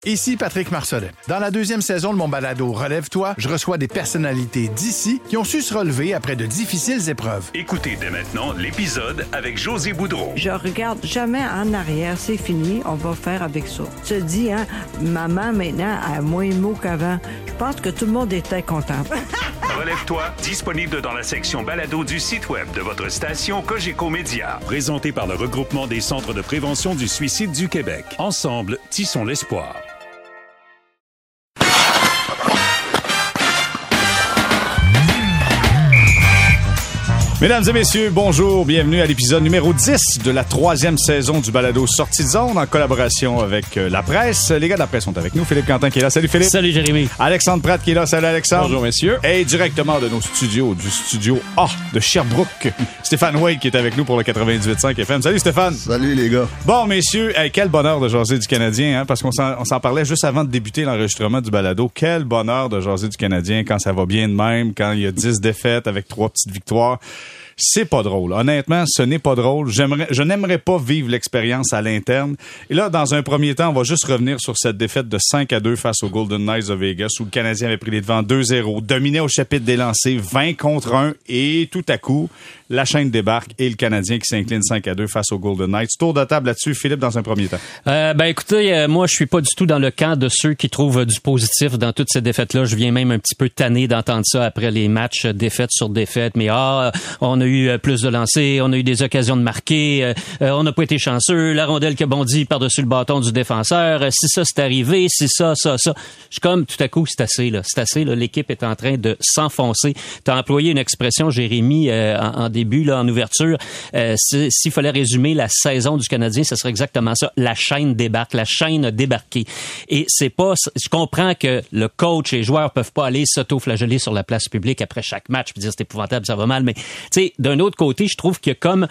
Ici Patrick Marcelet. Dans la 2e saison de mon balado Relève-toi, je reçois des personnalités d'ici qui ont su se relever après de difficiles épreuves. Écoutez dès maintenant l'épisode avec José Boudreau. Je regarde jamais en arrière, c'est fini, on va faire avec ça. Tu te dis, hein, maman maintenant a moins de mots qu'avant. Je pense que tout le monde était content. Relève-toi, disponible dans la section balado du site web de votre station Cogeco Média. Présenté par le regroupement des centres de prévention du suicide du Québec. Ensemble, tissons l'espoir. Mesdames et messieurs, bonjour, bienvenue à l'épisode numéro 10 de la 3e saison du balado Sortie de zone en collaboration avec la presse. Les gars de la presse sont avec nous. Philippe Quentin qui est là. Salut Philippe. Salut Jérémy. Alexandre Pratt qui est là. Salut Alexandre. Bonjour messieurs. Et directement de nos studios, du studio A de Sherbrooke, Stéphane Wade qui est avec nous pour le 98.5 FM. Salut Stéphane. Salut les gars. Bon messieurs, quel bonheur de jaser du Canadien, hein, parce qu'on s'en parlait juste avant de débuter l'enregistrement du balado. Quel bonheur de jaser du Canadien quand ça va bien de même, quand il y a 10 défaites avec 3 petites victoires. C'est pas drôle. Honnêtement, ce n'est pas drôle. Je n'aimerais pas vivre l'expérience à l'interne. Et là, dans un premier temps, on va juste revenir sur cette défaite de 5-2 face aux Golden Knights de Vegas où le Canadien avait pris les devants 2-0, dominé au chapitre des lancers, 20 contre 1 et tout à coup, la chaîne débarque et le Canadien qui s'incline 5-2 face aux Golden Knights. Tour de table là-dessus, Philippe, dans un premier temps. Écoutez, moi, je suis pas du tout dans le camp de ceux qui trouvent du positif dans toutes ces défaites-là. Je viens même un petit peu tanné d'entendre ça après les matchs, défaite sur défaite. Mais on a eu plus de lancers, on a eu des occasions de marquer, on n'a pas été chanceux, la rondelle qui a bondi par-dessus le bâton du défenseur, si ça c'est arrivé, si ça. Je suis comme, tout à coup, c'est assez, là. L'équipe est en train de s'enfoncer. Tu as employé une expression, Jérémy, en début, là, en ouverture. S'il fallait résumer la saison du Canadien, ce serait exactement ça. La chaîne débarque, la chaîne a débarqué. Et c'est pas, je comprends que le coach et les joueurs peuvent pas aller s'auto-flageller sur la place publique après chaque match puis dire c'est épouvantable, ça va mal, mais tu sais, d'un autre côté, je trouve qu'il y a comme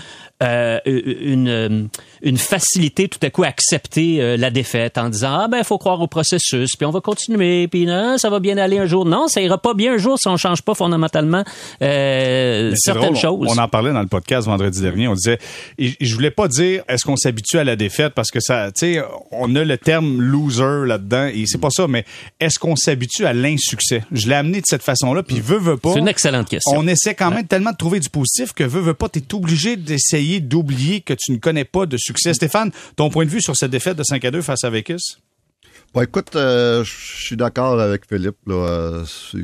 une facilité tout à coup à accepter la défaite en disant faut croire au processus, puis on va continuer, puis non, ça va bien aller un jour. Non, ça ira pas bien un jour si on change pas fondamentalement certaines choses. On en parlait dans le podcast vendredi dernier, on disait, et je voulais pas dire est-ce qu'on s'habitue à la défaite parce que ça, tu sais, on a le terme loser là-dedans et c'est pas ça, mais est-ce qu'on s'habitue à l'insuccès? Je l'ai amené de cette façon-là, puis veut pas. C'est une excellente question. On essaie quand même tellement de trouver du positif que veut pas, t'es obligé d'essayer d'oublier que tu ne connais pas de succès. Stéphane, ton point de vue sur cette défaite de 5-2 face à Vegas? Bon, écoute, je suis d'accord avec Philippe. Là,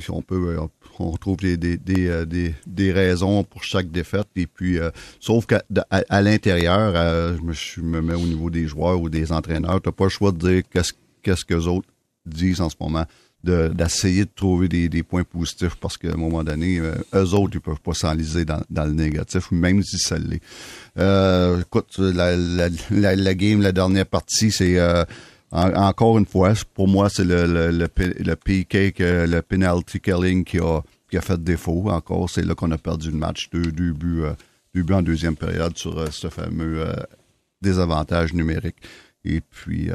on trouve des raisons pour chaque défaite. Et puis, sauf qu'à l'intérieur, je me mets au niveau des joueurs ou des entraîneurs. T'as pas le choix de dire qu'est-ce que les autres disent en ce moment. D'essayer de trouver des points positifs parce qu'à un moment donné, eux autres, ils peuvent pas s'enliser dans le négatif, même si ça l'est. Écoute, la game, la dernière partie, c'est encore une fois, pour moi, c'est le PK, le penalty killing qui a fait défaut. Encore, c'est là qu'on a perdu le match. Deux buts en deuxième période sur ce fameux désavantage numérique. Et puis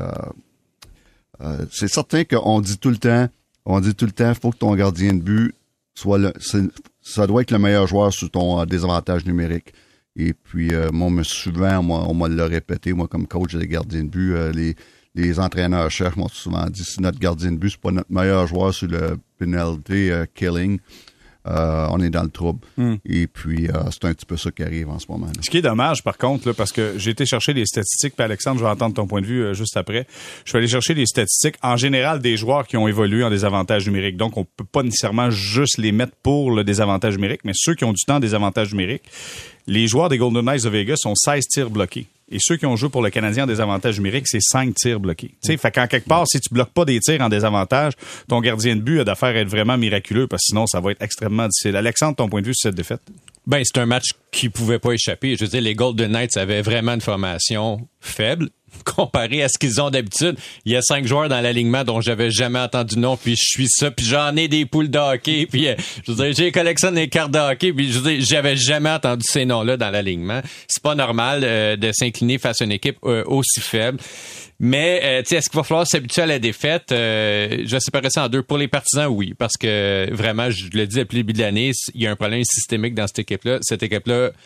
c'est certain qu'on dit tout le temps, faut que ton gardien de but ça doit être le meilleur joueur sur ton désavantage numérique. Et puis, moi, souvent, on m'a le répété, moi, comme coach des gardiens de but, les entraîneurs-chefs m'ont souvent dit, si notre gardien de but, c'est pas notre meilleur joueur sur le penalty killing, on est dans le trouble. Et puis, c'est un petit peu ça qui arrive en ce moment. Là. Ce qui est dommage, par contre, là, parce que j'ai été chercher les statistiques, puis Alexandre, je vais entendre ton point de vue juste après. Je vais aller chercher les statistiques, en général, des joueurs qui ont évolué en désavantage numérique. Donc, on peut pas nécessairement juste les mettre pour le désavantage numérique, mais ceux qui ont du temps en désavantage numérique, les joueurs des Golden Knights de Vegas ont 16 tirs bloqués. Et ceux qui ont joué pour le Canadien en désavantage numérique, c'est 5 tirs bloqués. Tu sais, fait qu'en quelque part, si tu bloques pas des tirs en désavantage, ton gardien de but a d'affaire à être vraiment miraculeux parce que sinon, ça va être extrêmement difficile. Alexandre, ton point de vue sur cette défaite? Ben, c'est un match qui pouvait pas échapper. Je veux dire, les Golden Knights avaient vraiment une formation faible comparé à ce qu'ils ont d'habitude. Il y a 5 joueurs dans l'alignement dont j'avais jamais entendu le nom, puis je suis ça, puis j'en ai des poules de hockey, puis je veux dire, j'ai collectionné des cartes de hockey, puis je veux dire, j'avais jamais entendu ces noms-là dans l'alignement. C'est pas normal de s'incliner face à une équipe aussi faible. Mais, tu sais, est-ce qu'il va falloir s'habituer à la défaite? Je vais séparer ça en deux. Pour les partisans, oui. Parce que, vraiment, je le dis depuis le début de l'année, il y a un problème systémique dans cette équipe-là. Cette équipe-là,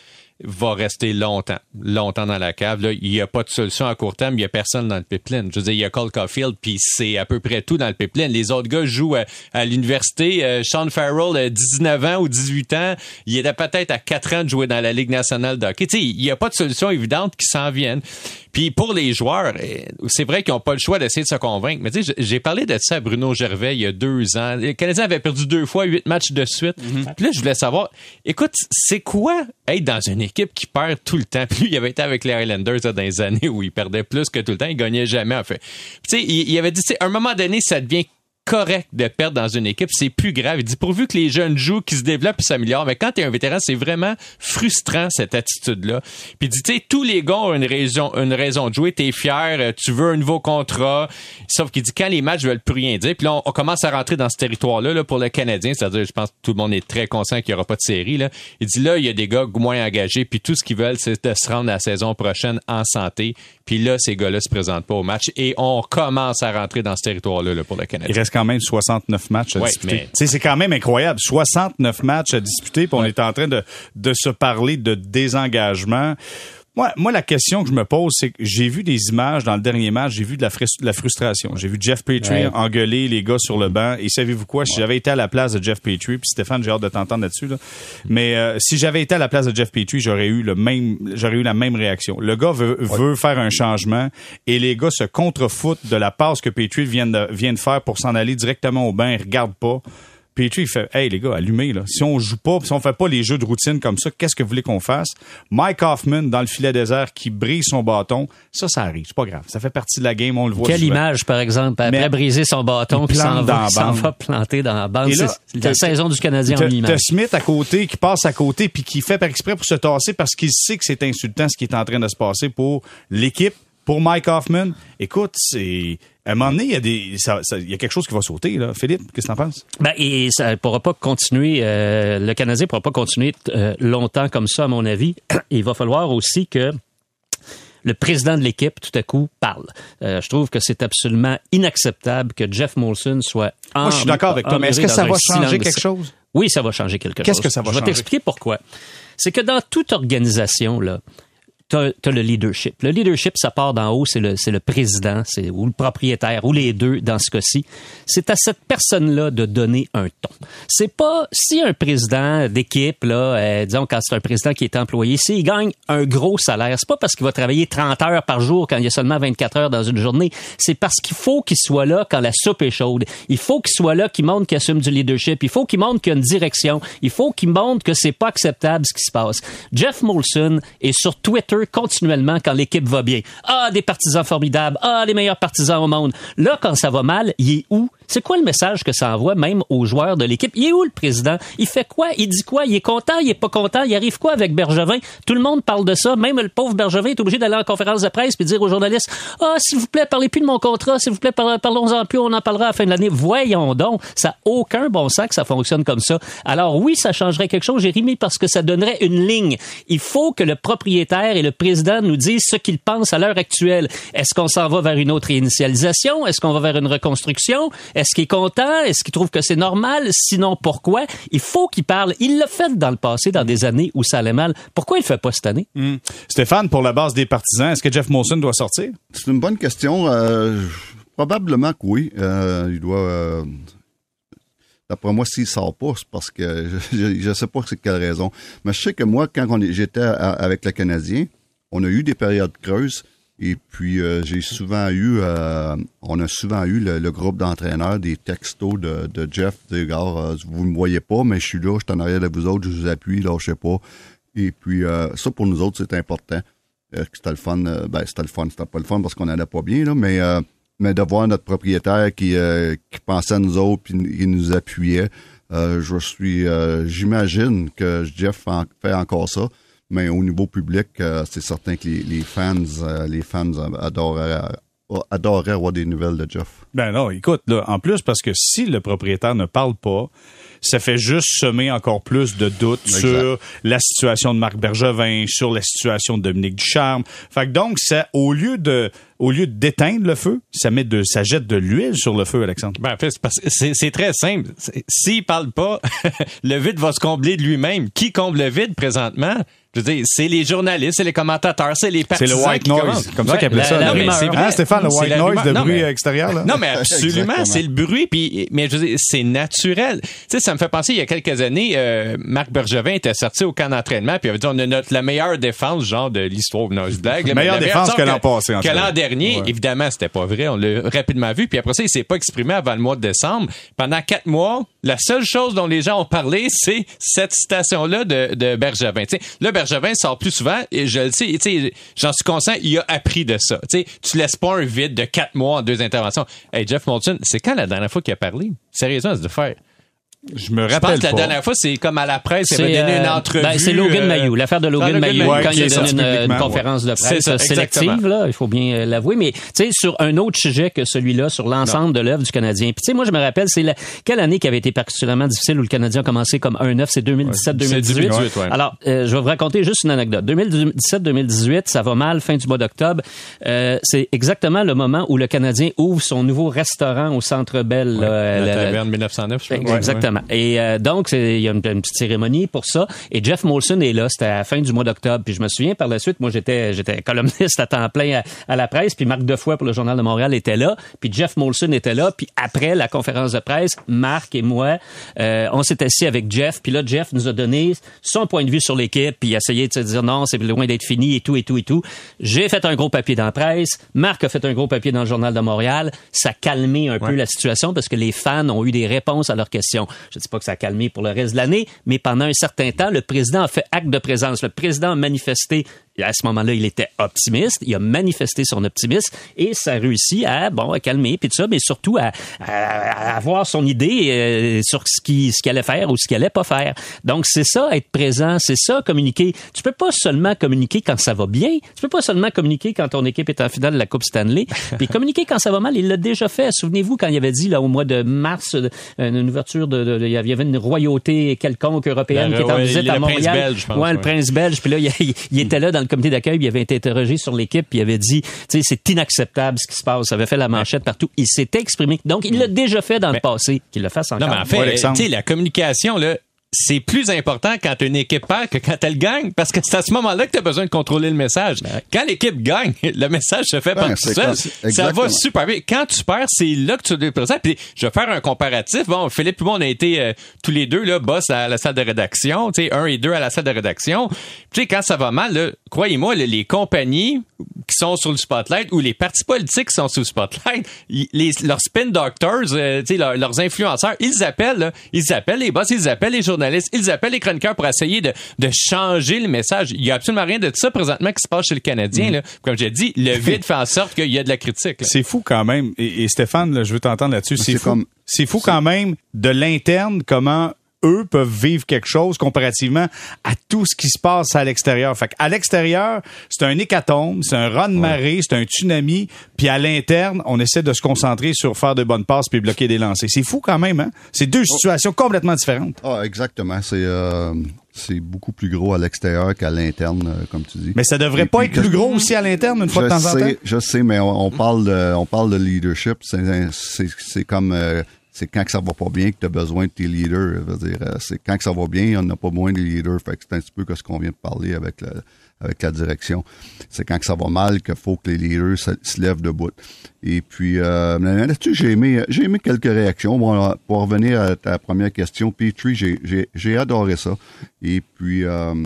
va rester longtemps dans la cave. Là, il n'y a pas de solution à court terme, il n'y a personne dans le pipeline. Je veux dire, il y a Cole Caulfield, puis c'est à peu près tout dans le pipeline. Les autres gars jouent à l'université. Sean Farrell, 19 ans ou 18 ans, il était peut-être à 4 ans de jouer dans la Ligue nationale de hockey. Tu sais, il n'y a pas de solution évidente qui s'en vienne. Puis pour les joueurs, c'est vrai qu'ils n'ont pas le choix d'essayer de se convaincre. Mais tu sais, j'ai parlé de ça à Bruno Gervais il y a 2 ans. Les Canadiens avaient perdu 2 fois, 8 matchs de suite. Puis là, je voulais savoir, écoute, c'est quoi être dans une équipe qui perd tout le temps? Puis lui, il avait été avec les Highlanders là, dans les années où il perdait plus que tout le temps. Il gagnait jamais, en fait. Puis tu sais, il avait dit, à un moment donné, ça devient correct de perdre dans une équipe, c'est plus grave. Il dit, pourvu que les jeunes jouent, qu'ils se développent et s'améliorent. Mais quand t'es un vétéran, c'est vraiment frustrant, cette attitude-là. Puis il dit, tu sais, tous les gars ont une raison de jouer, t'es fier, tu veux un nouveau contrat. Sauf qu'il dit, quand les matchs veulent plus rien dire, puis là, on commence à rentrer dans ce territoire-là, là, pour le Canadien, c'est-à-dire, je pense que tout le monde est très conscient qu'il n'y aura pas de série, là. Il dit, là, il y a des gars moins engagés, puis tout ce qu'ils veulent, c'est de se rendre à la saison prochaine en santé. Puis là, ces gars-là se présentent pas au match et on commence à rentrer dans ce territoire-là, là, pour le Canadien. Il reste quand même 69 matchs à disputer. Mais... C'est quand même incroyable. 69 matchs à disputer, puis on est en train de se parler de désengagement. Moi, la question que je me pose, c'est que j'ai vu des images dans le dernier match, j'ai vu de la frustration. J'ai vu Jeff Petrie engueuler les gars sur le banc. Et savez-vous quoi? Si j'avais été à la place de Jeff Petrie, puis Stéphane, j'ai hâte de t'entendre là-dessus, là. Mais si j'avais été à la place de Jeff Petrie, j'aurais eu la même réaction. Le gars veut faire un changement et les gars se contrefoutent de la passe que Petrie vient de faire pour s'en aller directement au banc. Ils regardent pas. Petrie, il fait, hey, les gars, allumez, là. Si on joue pas, si on fait pas les jeux de routine comme ça, qu'est-ce que vous voulez qu'on fasse? Mike Hoffman, dans le filet désert, qui brise son bâton, ça arrive. C'est pas grave. Ça fait partie de la game, on le voit. Quelle souvent. Image, par exemple, après briser son bâton, qui s'en va planter dans la bande. Là, c'est la saison du Canadien en image. T'as Smith à côté, qui passe à côté, puis qui fait par exprès pour se tasser parce qu'il sait que c'est insultant ce qui est en train de se passer pour l'équipe. Pour Mike Hoffman, écoute, à un moment donné, il y a quelque chose qui va sauter, là. Philippe, qu'est-ce que t'en penses? Et ça pourra pas continuer, le Canadien pourra pas continuer longtemps comme ça, à mon avis. Il va falloir aussi que le président de l'équipe, tout à coup, parle. Je trouve que c'est absolument inacceptable que Jeff Molson soit Moi, je suis d'accord avec toi, mais est-ce que ça va changer quelque chose? Oui, ça va changer quelque chose. Qu'est-ce que ça va changer? Je vais t'expliquer pourquoi. C'est que dans toute organisation, là, t'as le leadership. Le leadership, ça part d'en haut, c'est le président, ou le propriétaire, ou les deux dans ce cas-ci. C'est à cette personne-là de donner un ton. C'est pas si un président d'équipe, là, disons quand c'est un président qui est employé, s'il gagne un gros salaire, c'est pas parce qu'il va travailler 30 heures par jour quand il y a seulement 24 heures dans une journée. C'est parce qu'il faut qu'il soit là quand la soupe est chaude. Il faut qu'il soit là, qu'il montre qu'il assume du leadership. Il faut qu'il montre qu'il y a une direction. Il faut qu'il montre que c'est pas acceptable ce qui se passe. Jeff Molson est sur Twitter continuellement quand l'équipe va bien. Ah, des partisans formidables. Ah, les meilleurs partisans au monde. Là, quand ça va mal, il est où? C'est quoi le message que ça envoie même aux joueurs de l'équipe? Il est où le président? Il fait quoi? Il dit quoi? Il est content? Il est pas content? Il arrive quoi avec Bergevin? Tout le monde parle de ça. Même le pauvre Bergevin est obligé d'aller en conférence de presse puis dire aux journalistes, ah, s'il vous plaît, parlez plus de mon contrat. S'il vous plaît, parlons-en plus. On en parlera à la fin de l'année. Voyons donc. Ça n'a aucun bon sens que ça fonctionne comme ça. Alors oui, ça changerait quelque chose, Jérémy, parce que ça donnerait une ligne. Il faut que le propriétaire et le président nous disent ce qu'ils pensent à l'heure actuelle. Est-ce qu'on s'en va vers une autre réinitialisation? Est-ce qu'on va vers une reconstruction? Est-ce qu'il est content? Est-ce qu'il trouve que c'est normal? Sinon, pourquoi? Il faut qu'il parle. Il l'a fait dans le passé, dans des années où ça allait mal. Pourquoi il le fait pas cette année? Stéphane, pour la base des partisans, est-ce que Jeff Molson doit sortir? C'est une bonne question. Probablement que oui. Il doit... D'après moi, s'il sort pas, c'est parce que je sais pas c'est quelle raison. Mais je sais que moi, quand j'étais avec le Canadien, on a eu des périodes creuses. Et puis, on a souvent eu le groupe d'entraîneurs, des textos de Jeff, des gars, vous me voyez pas, mais je suis là, je suis en arrière de vous autres, je vous appuie, lâchez pas. Et puis, ça, pour nous autres, c'est important. C'était le fun, c'était pas le fun parce qu'on allait pas bien, là, mais de voir notre propriétaire qui pensait à nous autres puis qui nous appuyait, j'imagine que Jeff fait encore ça. Mais au niveau public, c'est certain que les fans adoreraient avoir des nouvelles de Jeff. Ben non, écoute, là, en plus, parce que si le propriétaire ne parle pas, ça fait juste semer encore plus de doutes sur la situation de Marc Bergevin, sur la situation de Dominique Ducharme. Fait que donc, ça, au lieu d'éteindre le feu, ça jette de l'huile sur le feu, Alexandre. Ben, en fait, c'est très simple. S'il parle pas, le vide va se combler de lui-même. Qui comble le vide présentement? Je veux dire, c'est les journalistes, c'est les commentateurs, c'est les partisans. C'est le white noise, comme ça qu'ils appellent ça. La rumeur. C'est vrai. Stéphane, le white noise, le bruit extérieur, là? Non, mais absolument, Exactement. c'est le bruit, mais je veux dire, c'est naturel. Tu sais, ça me fait penser, il y a quelques années, Marc Bergevin était sorti au camp d'entraînement, puis il avait dit, on a la meilleure défense, genre, de l'histoire. Non, je blague. là, Meilleure mais la défense que l'an passé, en Que fait. l'an dernier, Ouais. évidemment, c'était pas vrai. On l'a rapidement vu, puis après ça, il s'est pas exprimé avant le mois de décembre. Pendant 4 mois, la seule chose dont les gens ont parlé, c'est cette citation-là de Bergevin. Tu sais, là, Bergevin sort plus souvent, et je le sais, tu sais, j'en suis conscient, il a appris de ça. Tu sais, tu laisses pas un vide de 4 mois en 2 interventions. Hey, Jeff Molson, c'est quand la dernière fois qu'il a parlé? Sérieusement, c'est de faire. Je me Je rappelle pense que la pas. dernière fois, c'est comme à la presse, il avait donné une entrevue. C'est Logan Mayou, l'affaire de Logan Mayou, Mayou, quand il a c'est donné sorti une publiquement, conférence de C'est presse ça, sélective, exactement. là, il faut bien l'avouer. Mais tu sais, sur un autre sujet que celui-là, sur l'ensemble de l'œuvre du Canadien. Puis tu sais, moi, je me rappelle, quelle année qui avait été particulièrement difficile où le Canadien a commencé comme 1-9, c'est 2017-2018. C'est 2018, ouais. Alors, je vais vous raconter juste une anecdote. 2017-2018, ça va mal, fin du mois d'octobre. C'est exactement le moment où le Canadien ouvre son nouveau restaurant au Centre Bell. La taverne 1909, je crois. Exactement. Et donc, il y a une petite cérémonie pour ça. Et Jeff Molson est là. C'était à la fin du mois d'octobre. Puis je me souviens, par la suite, moi, j'étais columniste à temps plein à la presse. Puis Marc Defoy pour le Journal de Montréal était là. Puis Jeff Molson était là. Puis après la conférence de presse, Marc et moi, on s'est assis avec Jeff. Puis là, Jeff nous a donné son point de vue sur l'équipe. Puis il a essayé de se dire non, c'est loin d'être fini et tout, et tout, et tout. J'ai fait un gros papier dans la presse. Marc a fait un gros papier dans le Journal de Montréal. Ça a calmé un peu la situation parce que les fans ont eu des réponses à leurs questions. Je dis pas que ça a calmé pour le reste de l'année, mais pendant un certain temps, le président a fait acte de présence. Le président a manifesté. À ce moment-là, il était optimiste. Il a manifesté son optimisme et ça a réussi à calmer puis tout ça, mais surtout à avoir son idée sur ce qu'il allait faire ou ce qu'il allait pas faire. Donc, c'est ça, être présent, c'est ça, communiquer. Tu peux pas seulement communiquer quand ça va bien. Tu peux pas seulement communiquer quand ton équipe est en finale de la Coupe Stanley. Puis communiquer quand ça va mal, il l'a déjà fait. Souvenez-vous quand il avait dit, là, au mois de mars, une ouverture il y avait une royauté quelconque européenne qui était en visite à Montréal. Le prince belge, je pense. Le prince belge. Puis là, il était là dans le comité d'accueil, il avait été interrogé sur l'équipe, puis il avait dit, tu sais, c'est inacceptable ce qui se passe. Ça avait fait la manchette partout. Il s'était exprimé. Donc, il l'a déjà fait dans le passé. Qu'il le fasse encore. Non, mais en fait, tu sais, la communication, là, c'est plus important quand une équipe perd que quand elle gagne, parce que c'est à ce moment-là que tu as besoin de contrôler le message. Quand l'équipe gagne, le message se fait par tout seul. Ça va super bien. Quand tu perds, c'est là que tu le présentes. Puis je vais faire un comparatif. Bon, Philippe et moi, on a été tous les deux là, boss à la salle de rédaction, tu sais, 1 et 2 à la salle de rédaction. Tu sais, quand ça va mal, là, croyez-moi, les compagnies qui sont sur le spotlight ou les partis politiques qui sont sur le spotlight, leurs spin doctors, tu sais, leurs influenceurs, ils appellent les boss, ils appellent les journalistes, ils appellent les chroniqueurs pour essayer de changer le message. Il y a absolument rien de ça présentement qui se passe chez le Canadien. Là. Comme j'ai dit, le vide fait en sorte qu'il y a de la critique. Là. C'est fou quand même. Et Stéphane, là, je veux t'entendre là-dessus. C'est fou quand même de l'interne comment eux peuvent vivre quelque chose comparativement à tout ce qui se passe à l'extérieur. Fait qu'à l'extérieur, c'est un hécatombe, c'est un raz-de-marée, c'est un tsunami, puis à l'interne, on essaie de se concentrer sur faire de bonnes passes puis bloquer des lancers. C'est fou quand même, hein? C'est deux situations complètement différentes. Ah, exactement. C'est beaucoup plus gros à l'extérieur qu'à l'interne, comme tu dis. Mais ça devrait pas être plus gros aussi à l'interne une fois de temps en temps? Je sais, mais on parle de leadership. C'est comme... c'est quand que ça va pas bien que tu as besoin de tes leaders. Je veux dire, c'est quand que ça va bien, on n'a pas besoin de leaders. Fait que c'est un petit peu que ce qu'on vient de parler avec la direction. C'est quand que ça va mal qu'il faut que les leaders se lèvent debout. Et puis là-dessus, j'ai aimé quelques réactions. Bon, pour revenir à ta première question, Petrie, j'ai adoré ça. Et puis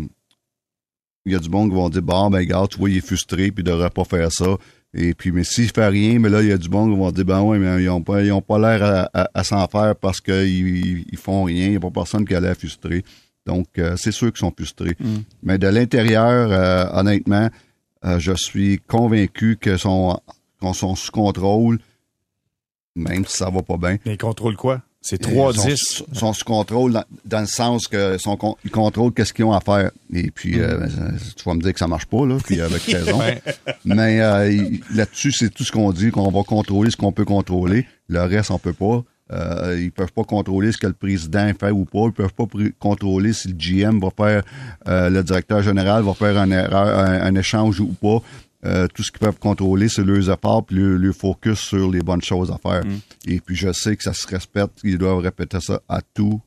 il y a du monde qui vont dire bon, ben regarde, tu vois, il est frustré, puis il devrait pas faire ça. Et puis, mais s'il fait rien, mais là, il y a du monde qui vont dire, ben ouais, mais ils ont pas l'air à s'en faire parce qu'ils font rien. Il n'y a pas personne qui a l'air frustré. Donc, c'est sûr qu'ils sont frustrés. Mais de l'intérieur, honnêtement, je suis convaincu qu'on sont sous contrôle, même si ça va pas bien. Mais ils contrôlent quoi? C'est 3-10. Ils sont sous contrôle dans le sens que ils contrôlent qu'est-ce qu'ils ont à faire. Et puis, tu vas me dire que ça marche pas, là, puis avec raison. Mais là-dessus, c'est tout ce qu'on dit, qu'on va contrôler ce qu'on peut contrôler. Le reste, on peut pas. Ils peuvent pas contrôler ce que le président fait ou pas. Ils peuvent pas contrôler si le GM va faire, le directeur général va faire un échange ou pas. Tout ce qu'ils peuvent contrôler, c'est leurs efforts puis le focus sur les bonnes choses à faire. Et puis, je sais que ça se respecte. Ils doivent répéter ça à tous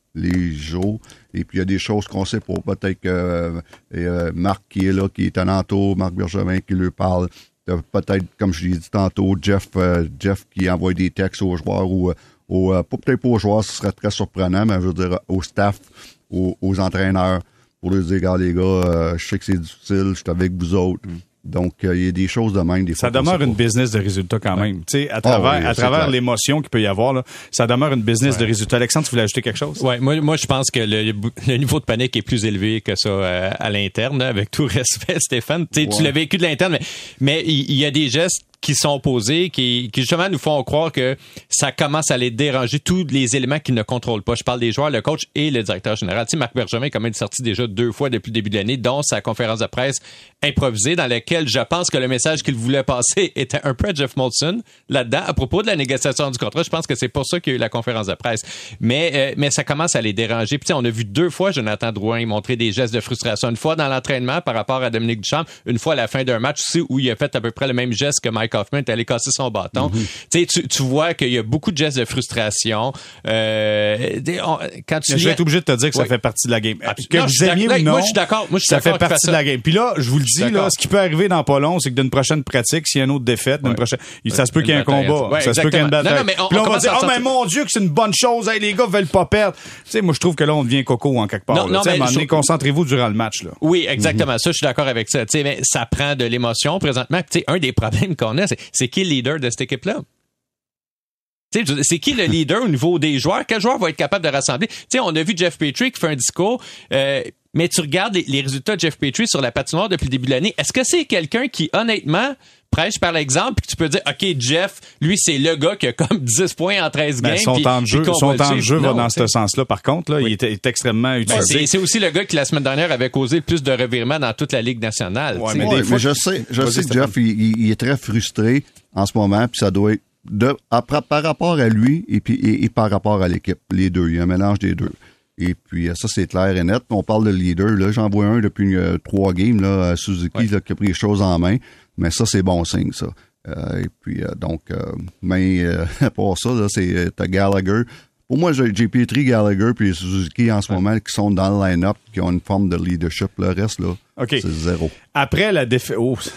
les jours. Et puis, il y a des choses qu'on sait pas. Peut-être que Marc qui est là, qui est en entour, Marc Bergevin qui lui parle. Peut-être, comme je l'ai dit tantôt, Jeff qui envoie des textes aux joueurs ou peut-être pas aux joueurs, ce serait très surprenant, mais je veux dire au staff, aux entraîneurs, pour leur dire, regarde les gars, je sais que c'est difficile, je suis avec vous autres. Donc, il y a des choses de même. Des fois, ça demeure une business de résultats quand même. Tu sais, à travers l'émotion qu'il peut y avoir, là, ça demeure une business de résultats. Alexandre, tu voulais ajouter quelque chose? Ouais, moi, je pense que le niveau de panique est plus élevé que ça à l'interne, avec tout respect, Stéphane. Tu l'as vécu de l'interne, mais il y a des gestes qui sont posés, qui justement nous font croire que ça commence à les déranger, tous les éléments qu'ils ne contrôlent pas. Je parle des joueurs, le coach et le directeur général. Tu sais, Marc Bergevin est quand même sorti déjà 2 fois depuis le début de l'année, dont sa conférence de presse improvisée, dans laquelle je pense que le message qu'il voulait passer était un peu à Jeff Molson là-dedans, à propos de la négociation du contrat. Je pense que c'est pour ça qu'il y a eu la conférence de presse. Mais ça commence à les déranger. Puis on a vu 2 fois Jonathan Drouin montrer des gestes de frustration. Une fois dans l'entraînement par rapport à Dominique Ducharme, une fois à la fin d'un match aussi où il a fait à peu près le même geste que Mike Hoffman est allé casser son bâton. Tu vois qu'il y a beaucoup de gestes de frustration. Quand tu je vais être obligé de te dire que ça fait partie de la game. Que vous aimiez ou non, moi, je suis d'accord. Ça fait partie de la game. Puis là, je vous le dis, là, ce qui peut arriver dans pas long, c'est que d'une prochaine pratique, s'il y a une autre défaite, ça se peut qu'il y ait un combat. Ça se peut qu'il y ait une bataille. Puis là, on va dire, mais mon Dieu, que c'est une bonne chose. Hey, les gars veulent pas perdre. Tu sais, moi, je trouve que là, on devient coco en quelque part. Concentrez-vous durant le match, là. Oui, exactement. Ça, je suis d'accord avec ça. Tu sais, mais ça prend de l'émotion présentement. Tu sais, un des problèmes qu'on a, c'est qui est le leader de cette équipe-là? T'sais, c'est qui le leader au niveau des joueurs? Quel joueur va être capable de rassembler? T'sais, on a vu Jeff Petrie qui fait un discours, mais tu regardes les résultats de Jeff Petrie sur la patinoire depuis le début de l'année. Est-ce que c'est quelqu'un qui, honnêtement, prêche par l'exemple puis que tu peux dire, OK, Jeff, lui, c'est le gars qui a comme 10 points en 13 games. Son temps de jeu va dans ce sens-là, par contre. Là, il est extrêmement utilisé. C'est aussi le gars qui, la semaine dernière, avait causé plus de revirements dans toute la Ligue nationale. Mais je sais que Jeff, il est très frustré en ce moment, puis ça doit être par rapport à lui et par rapport à l'équipe, les deux. Il y a un mélange des deux. Et puis, ça, c'est clair et net. On parle de leader. Là, j'en vois un depuis 3 games, là, Suzuki, là, qui a pris les choses en main. Mais ça, c'est bon signe, ça. Et puis, pour ça, là, t'as Gallagher. Pour moi, j'ai Petrie, Gallagher puis Suzuki en ce moment qui sont dans le line-up, qui ont une forme de leadership. Le reste, là, c'est 0. Après la défaite...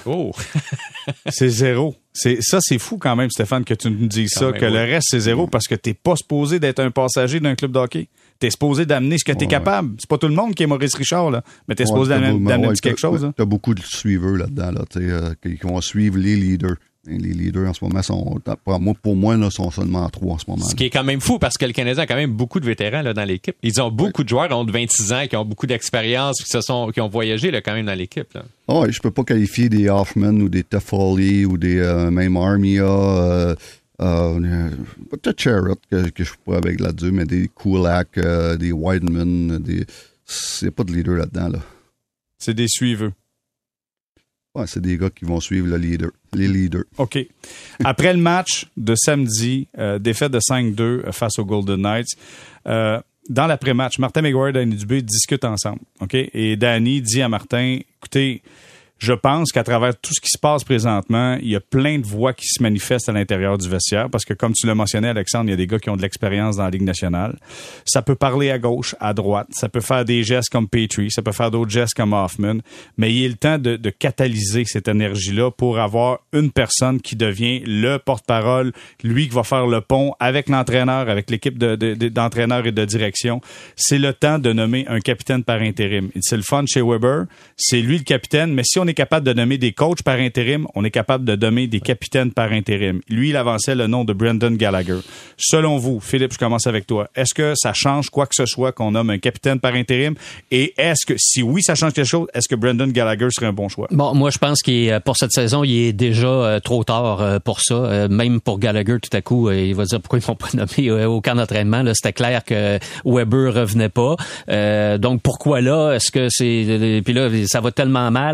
c'est 0. Ça, c'est fou quand même, Stéphane, que tu nous dises ça, que le reste, c'est 0, parce que t'es pas supposé d'être un passager d'un club de hockey. T'es supposé d'amener ce que t'es capable. C'est pas tout le monde qui est Maurice Richard, là. Mais t'es supposé d'amener quelque chose. T'as beaucoup de suiveurs là-dedans, là, qui vont suivre les leaders. Et les leaders en ce moment pour moi là, sont seulement 3 en ce moment. Ce qui est quand même fou parce que le Canadien a quand même beaucoup de vétérans là, dans l'équipe. Ils ont beaucoup de joueurs qui ont 26 ans, qui ont beaucoup d'expérience, qui ont voyagé là, quand même dans l'équipe. Là. Je peux pas qualifier des Hoffman ou des Toffoli ou des même Armia. Peut-être Sherrod que je suis pas avec là-dessus, mais des Kulak, des Wideman, c'est pas de leader là-dedans. Là. C'est des suiveux. Ouais, c'est des gars qui vont suivre les leaders. OK. Après le match de samedi, défaite de 5-2 face aux Golden Knights, dans l'après-match, Martin McGuire et Danny Dubé discutent ensemble. OK? Et Danny dit à Martin, écoutez, je pense qu'à travers tout ce qui se passe présentement, il y a plein de voix qui se manifestent à l'intérieur du vestiaire parce que, comme tu l'as mentionné, Alexandre, il y a des gars qui ont de l'expérience dans la Ligue nationale. Ça peut parler à gauche, à droite. Ça peut faire des gestes comme Petrie. Ça peut faire d'autres gestes comme Hoffman. Mais il est le temps de catalyser cette énergie-là pour avoir une personne qui devient le porte-parole, lui qui va faire le pont avec l'entraîneur, avec l'équipe d'entraîneurs et de direction. C'est le temps de nommer un capitaine par intérim. C'est le fun chez Weber. C'est lui le capitaine, mais si on est capable de nommer des coachs par intérim, on est capable de nommer des capitaines par intérim. Lui, il avançait le nom de Brendan Gallagher. Selon vous, Philippe, je commence avec toi. Est-ce que ça change quoi que ce soit qu'on nomme un capitaine par intérim? Et est-ce que, si oui, ça change quelque chose, est-ce que Brendan Gallagher serait un bon choix? Bon, moi, je pense qu'il pour cette saison, il est déjà trop tard pour ça. Même pour Gallagher, tout à coup, il va dire pourquoi ils ne m'ont pas nommé au camp d'entraînement. Là, c'était clair que Weber revenait pas. Donc, pourquoi là? Est-ce que c'est... Puis là, ça va tellement mal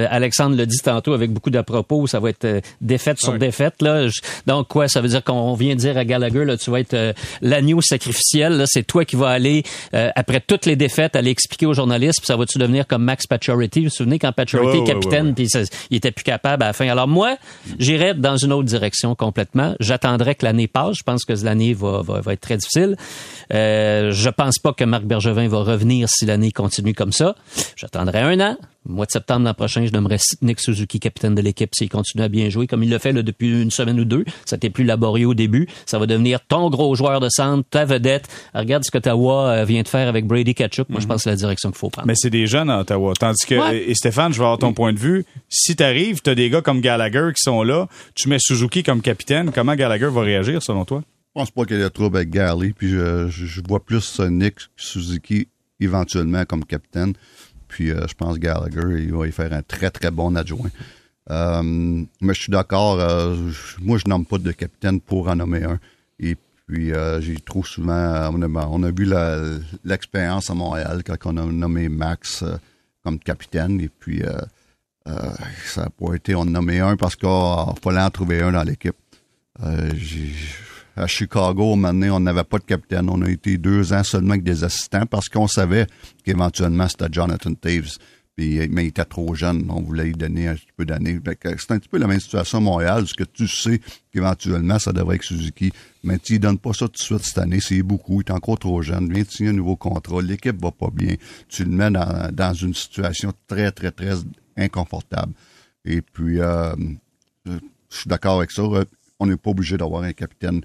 Alexandre l'a dit tantôt avec beaucoup d'à-propos, ça va être défaite sur défaite. Là. Donc, quoi, ça veut dire qu'on vient dire à Gallagher, là, tu vas être l'agneau sacrificiel. Là, c'est toi qui vas aller, après toutes les défaites, aller expliquer aux journalistes, puis ça va-tu devenir comme Max Pacioretty? Vous vous souvenez quand Pacioretty est capitaine, puis il était plus capable à la fin. Alors moi, j'irais dans une autre direction complètement. J'attendrai que l'année passe. Je pense que l'année va être très difficile. Je pense pas que Marc Bergevin va revenir si l'année continue comme ça. J'attendrai 1 an. Au mois de septembre l'an prochain, je nommerai Nick Suzuki capitaine de l'équipe s'il continue à bien jouer comme il le fait là, depuis une semaine ou deux. C'était plus laborieux au début. Ça va devenir ton gros joueur de centre, ta vedette. Regarde ce qu'Ottawa vient de faire avec Brady Tkachuk. Moi, je pense que c'est la direction qu'il faut prendre. Mais c'est des jeunes à Ottawa. Tandis que, et Stéphane, je vais avoir ton point de vue. Si t'arrives, t'as des gars comme Gallagher qui sont là, tu mets Suzuki comme capitaine. Comment Gallagher va réagir, selon toi? Je pense pas qu'il y ait de trouble avec Galley. Puis je vois plus Nick Suzuki éventuellement comme capitaine. Puis je pense que Gallagher, il va y faire un très, très bon adjoint. Mais je suis d'accord. Moi, je nomme pas de capitaine pour en nommer un. Et puis, j'ai trop souvent... on a vu l'expérience à Montréal quand on a nommé Max comme capitaine. Et puis, ça n'a pas été on nommé un parce qu'il fallait en trouver un dans l'équipe. À Chicago, maintenant, on n'avait pas de capitaine. On a été 2 ans seulement avec des assistants parce qu'on savait qu'éventuellement, c'était Jonathan Toews. Mais il était trop jeune. On voulait lui donner un petit peu d'années. C'est un petit peu la même situation à Montréal, parce que tu sais qu'éventuellement, ça devrait être Suzuki. Mais tu ne donnes pas ça tout de suite cette année. C'est beaucoup. Il est encore trop jeune. Viens de signer un nouveau contrat. L'équipe va pas bien. Tu le mets dans une situation très, très, très inconfortable. Et puis, je suis d'accord avec ça. On n'est pas obligé d'avoir un capitaine.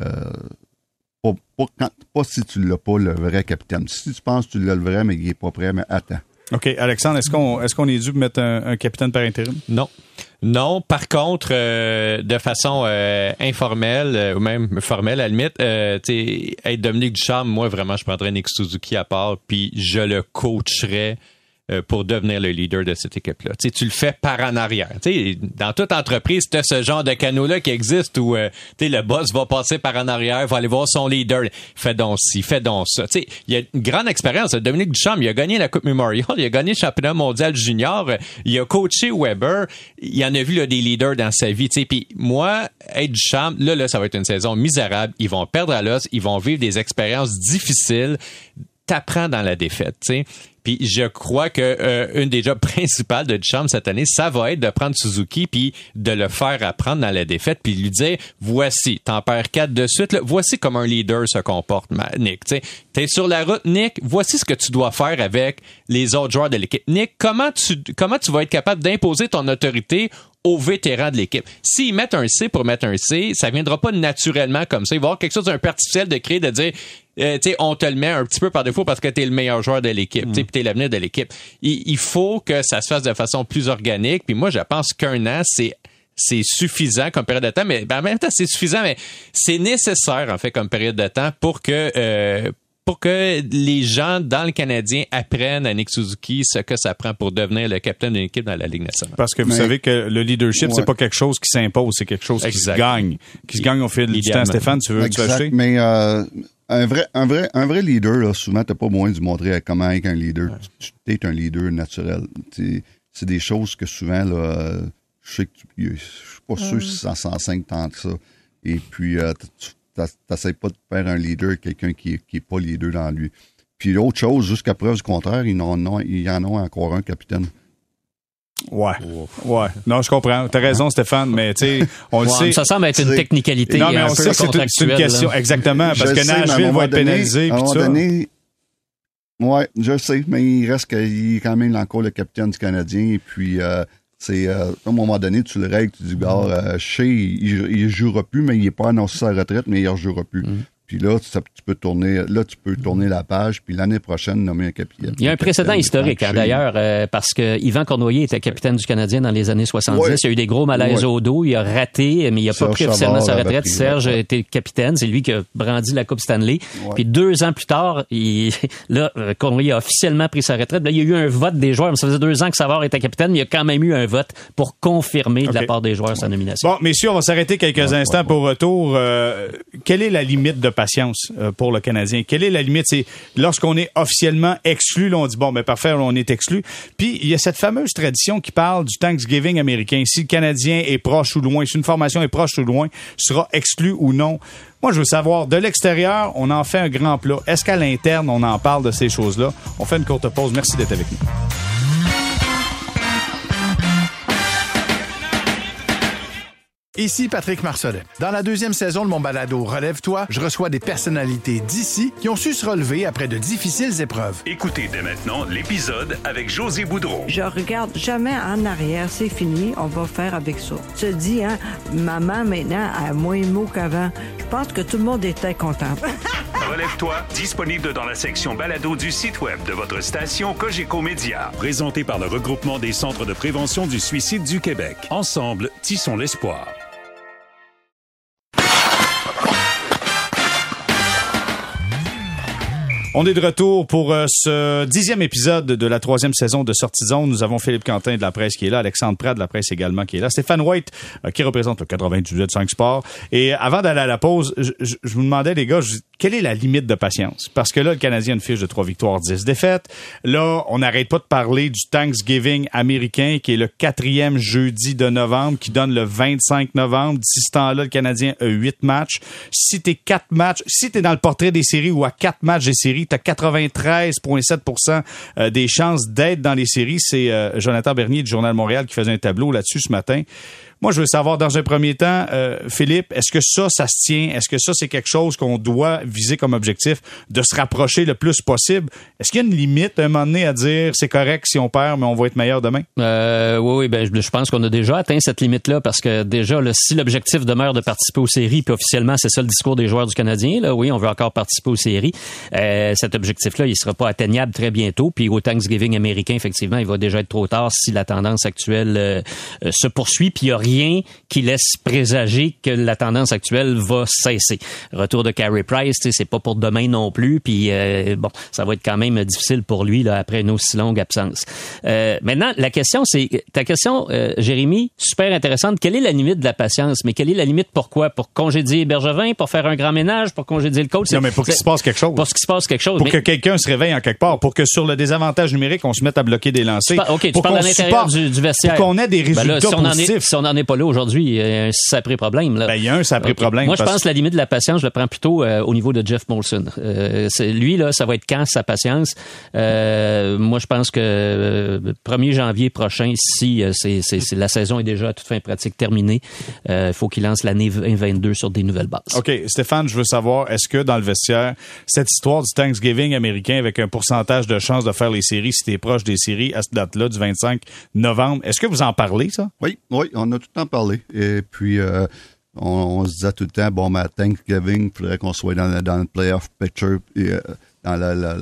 Pas si tu l'as pas, le vrai capitaine. Si tu penses que tu l'as le vrai, mais il n'est pas prêt, mais attends. OK. Alexandre, est-ce qu'on est dû mettre un capitaine par intérim? Non. Non, par contre, de façon informelle ou même formelle à la limite, être Dominique Ducharme, moi vraiment, je prendrais Nick Suzuki à part, puis je le coacherais pour devenir le leader de cette équipe-là. Tu le fais par en arrière. Dans toute entreprise, tu as ce genre de canot-là qui existe où le boss va passer par en arrière, va aller voir son leader. Fais donc ci, fais donc ça. Il y a une grande expérience. Dominique Ducharme, il a gagné la Coupe Memorial, il a gagné le championnat mondial junior, il a coaché Weber, il en a vu là, des leaders dans sa vie. Puis moi, être Ducharme, là, ça va être une saison misérable. Ils vont perdre à l'os, ils vont vivre des expériences difficiles. T'apprends dans la défaite, tu sais. Puis je crois que une des jobs principales de Ducharme cette année, ça va être de prendre Suzuki puis de le faire apprendre dans la défaite puis lui dire voici, t'en perds 4 de suite, là, voici comment un leader se comporte, Nick. T'es sur la route, Nick, voici ce que tu dois faire avec les autres joueurs de l'équipe. Nick, comment tu vas être capable d'imposer ton autorité aux vétérans de l'équipe. S'ils mettent un C pour mettre un C, ça viendra pas naturellement comme ça. Il va y avoir quelque chose d'un peu artificiel de créer, de dire on te le met un petit peu par défaut parce que t'es le meilleur joueur de l'équipe, puis t'es l'avenir de l'équipe. Il faut que ça se fasse de façon plus organique. Puis moi, je pense qu'1 an, c'est suffisant comme période de temps, mais en même temps, c'est suffisant, mais c'est nécessaire, en fait, comme période de temps pour que les gens dans le Canadien apprennent à Nick Suzuki ce que ça prend pour devenir le capitaine d'une équipe dans la Ligue nationale. Parce que vous savez que le leadership, c'est pas quelque chose qui s'impose, c'est quelque chose qui se gagne. Qui se gagne au fil du temps. Stéphane, tu veux ajouter? Mais un vrai leader, là, souvent, t'as pas besoin de montrer comment être un leader. Ouais. Tu es un leader naturel. C'est des choses que souvent, là, je sais que je suis pas sûr si ça s'enseigne tant que ça. Et puis, t'essayes pas de faire un leader, quelqu'un qui est pas leader dans lui. Puis l'autre chose, jusqu'à preuve du contraire, il y en a encore un capitaine. Ouais. Non, je comprends. T'as raison, Stéphane, mais tu sais, on le sait. Ça semble être une technicalité. Non, mais on sait que c'est une question. Là. Exactement. Parce que Nashville va être pénalisé. À un moment donné, ouais, je sais, mais il reste qu'il est quand même encore le capitaine du Canadien. Et puis, à un moment donné, tu le règles, tu dis, il jouera plus, mais il n'est pas annoncé sa retraite, mais il ne rejouera plus. Puis là, tu peux tourner la page, puis l'année prochaine, nommer un capitaine. Il y a un précédent historique, d'ailleurs, parce que Yvan Cournoyer était capitaine du Canadien dans les années 70. Ouais. Il y a eu des gros malaises au dos. Il a raté, mais il n'a pas pris officiellement sa retraite. Serge était capitaine. C'est lui qui a brandi la Coupe Stanley. Ouais. Puis 2 ans plus tard, Cournoyer a officiellement pris sa retraite. Là, il y a eu un vote des joueurs. Ça faisait 2 ans que Savard était capitaine, mais il y a quand même eu un vote pour confirmer de la part des joueurs sa nomination. Bon, messieurs, on va s'arrêter quelques instants pour retour. Quelle est la limite de patience pour le Canadien? Quelle est la limite? C'est lorsqu'on est officiellement exclu, là, on dit, bon, ben parfait, on est exclu. Puis, il y a cette fameuse tradition qui parle du Thanksgiving américain. Si le Canadien est proche ou loin, si une formation est proche ou loin, sera exclu ou non. Moi, je veux savoir, de l'extérieur, on en fait un grand plat. Est-ce qu'à l'interne, on en parle de ces choses-là? On fait une courte pause. Merci d'être avec nous. Ici Patrick Marcelet. Dans la deuxième saison de mon balado Relève-toi, je reçois des personnalités d'ici qui ont su se relever après de difficiles épreuves. Écoutez dès maintenant l'épisode avec José Boudreau. Je regarde jamais en arrière, c'est fini, on va faire avec ça. Tu te dis, maman maintenant a moins de mots qu'avant. Je pense que tout le monde était content. Relève-toi, disponible dans la section balado du site web de votre station Cogeco Média. Présenté par le regroupement des centres de prévention du suicide du Québec. Ensemble, tissons l'espoir. On est de retour pour ce 10e épisode de la 3e saison de Sortie de zone. Nous avons Philippe Quentin de la presse qui est là, Alexandre Pratt de la presse également qui est là, Stéphane White qui représente le 98.5 Sport. Et avant d'aller à la pause, je vous demandais, les gars, quelle est la limite de patience? Parce que là, le Canadien a une fiche de 3 victoires, 10 défaites. Là, on n'arrête pas de parler du Thanksgiving américain qui est le 4e jeudi de novembre, qui donne le 25 novembre. D'ici ce temps-là, le Canadien a 8 matchs. Si t'es 4 matchs, si t'es dans le portrait des séries ou à 4 matchs des séries, t'as 93,7% des chances d'être dans les séries. C'est Jonathan Bernier du Journal de Montréal qui faisait un tableau là-dessus ce matin. Moi, je veux savoir, dans un premier temps, Philippe, est-ce que ça se tient? Est-ce que ça, c'est quelque chose qu'on doit viser comme objectif, de se rapprocher le plus possible? Est-ce qu'il y a une limite, à un moment donné, à dire c'est correct si on perd, mais on va être meilleur demain? Oui, je pense qu'on a déjà atteint cette limite-là, parce que déjà, là, si l'objectif demeure de participer aux séries, puis officiellement, c'est ça le discours des joueurs du Canadien, là, oui, on veut encore participer aux séries. Cet objectif-là, il sera pas atteignable très bientôt, puis au Thanksgiving américain, effectivement, il va déjà être trop tard si la tendance actuelle se poursuit, puis il y a rien qui laisse présager que la tendance actuelle va cesser. Retour de Carey Price, c'est pas pour demain non plus, puis bon, ça va être quand même difficile pour lui là après une aussi longue absence. Maintenant, la question, c'est ta question, Jérémy, super intéressante. Quelle est la limite de la patience? Mais quelle est la limite? Pourquoi? Pour congédier Bergevin, pour faire un grand ménage, pour congédier le coach? Non, mais pour qu'il se passe quelque chose. Pour qu'il se passe quelque chose. Pour que quelqu'un se réveille en quelque part, pour que sur le désavantage numérique, on se mette à bloquer des lancers. Tu parles à l'intérieur du vestiaire. Pour qu'on ait des résultats positifs. Si on n'en est pas là aujourd'hui, il y a un sacré problème. Là. Il y a un sacré problème. Moi, je pense que la limite de la patience, je le prends plutôt au niveau de Jeff Molson. Lui, là, ça va être quand sa patience? Moi, je pense que 1er janvier prochain, si la saison est déjà à toute fin pratique terminée, il faut qu'il lance l'année 2022 sur des nouvelles bases. OK. Stéphane, je veux savoir, est-ce que dans le vestiaire, cette histoire du Thanksgiving américain avec un pourcentage de chance de faire les séries, si t'es proche des séries à cette date-là, du 25 novembre, est-ce que vous en parlez, ça? Oui, on a tout le temps parlé. Et puis, on se disait tout le temps, bon, à Thanksgiving, il faudrait qu'on soit dans le playoff picture, dans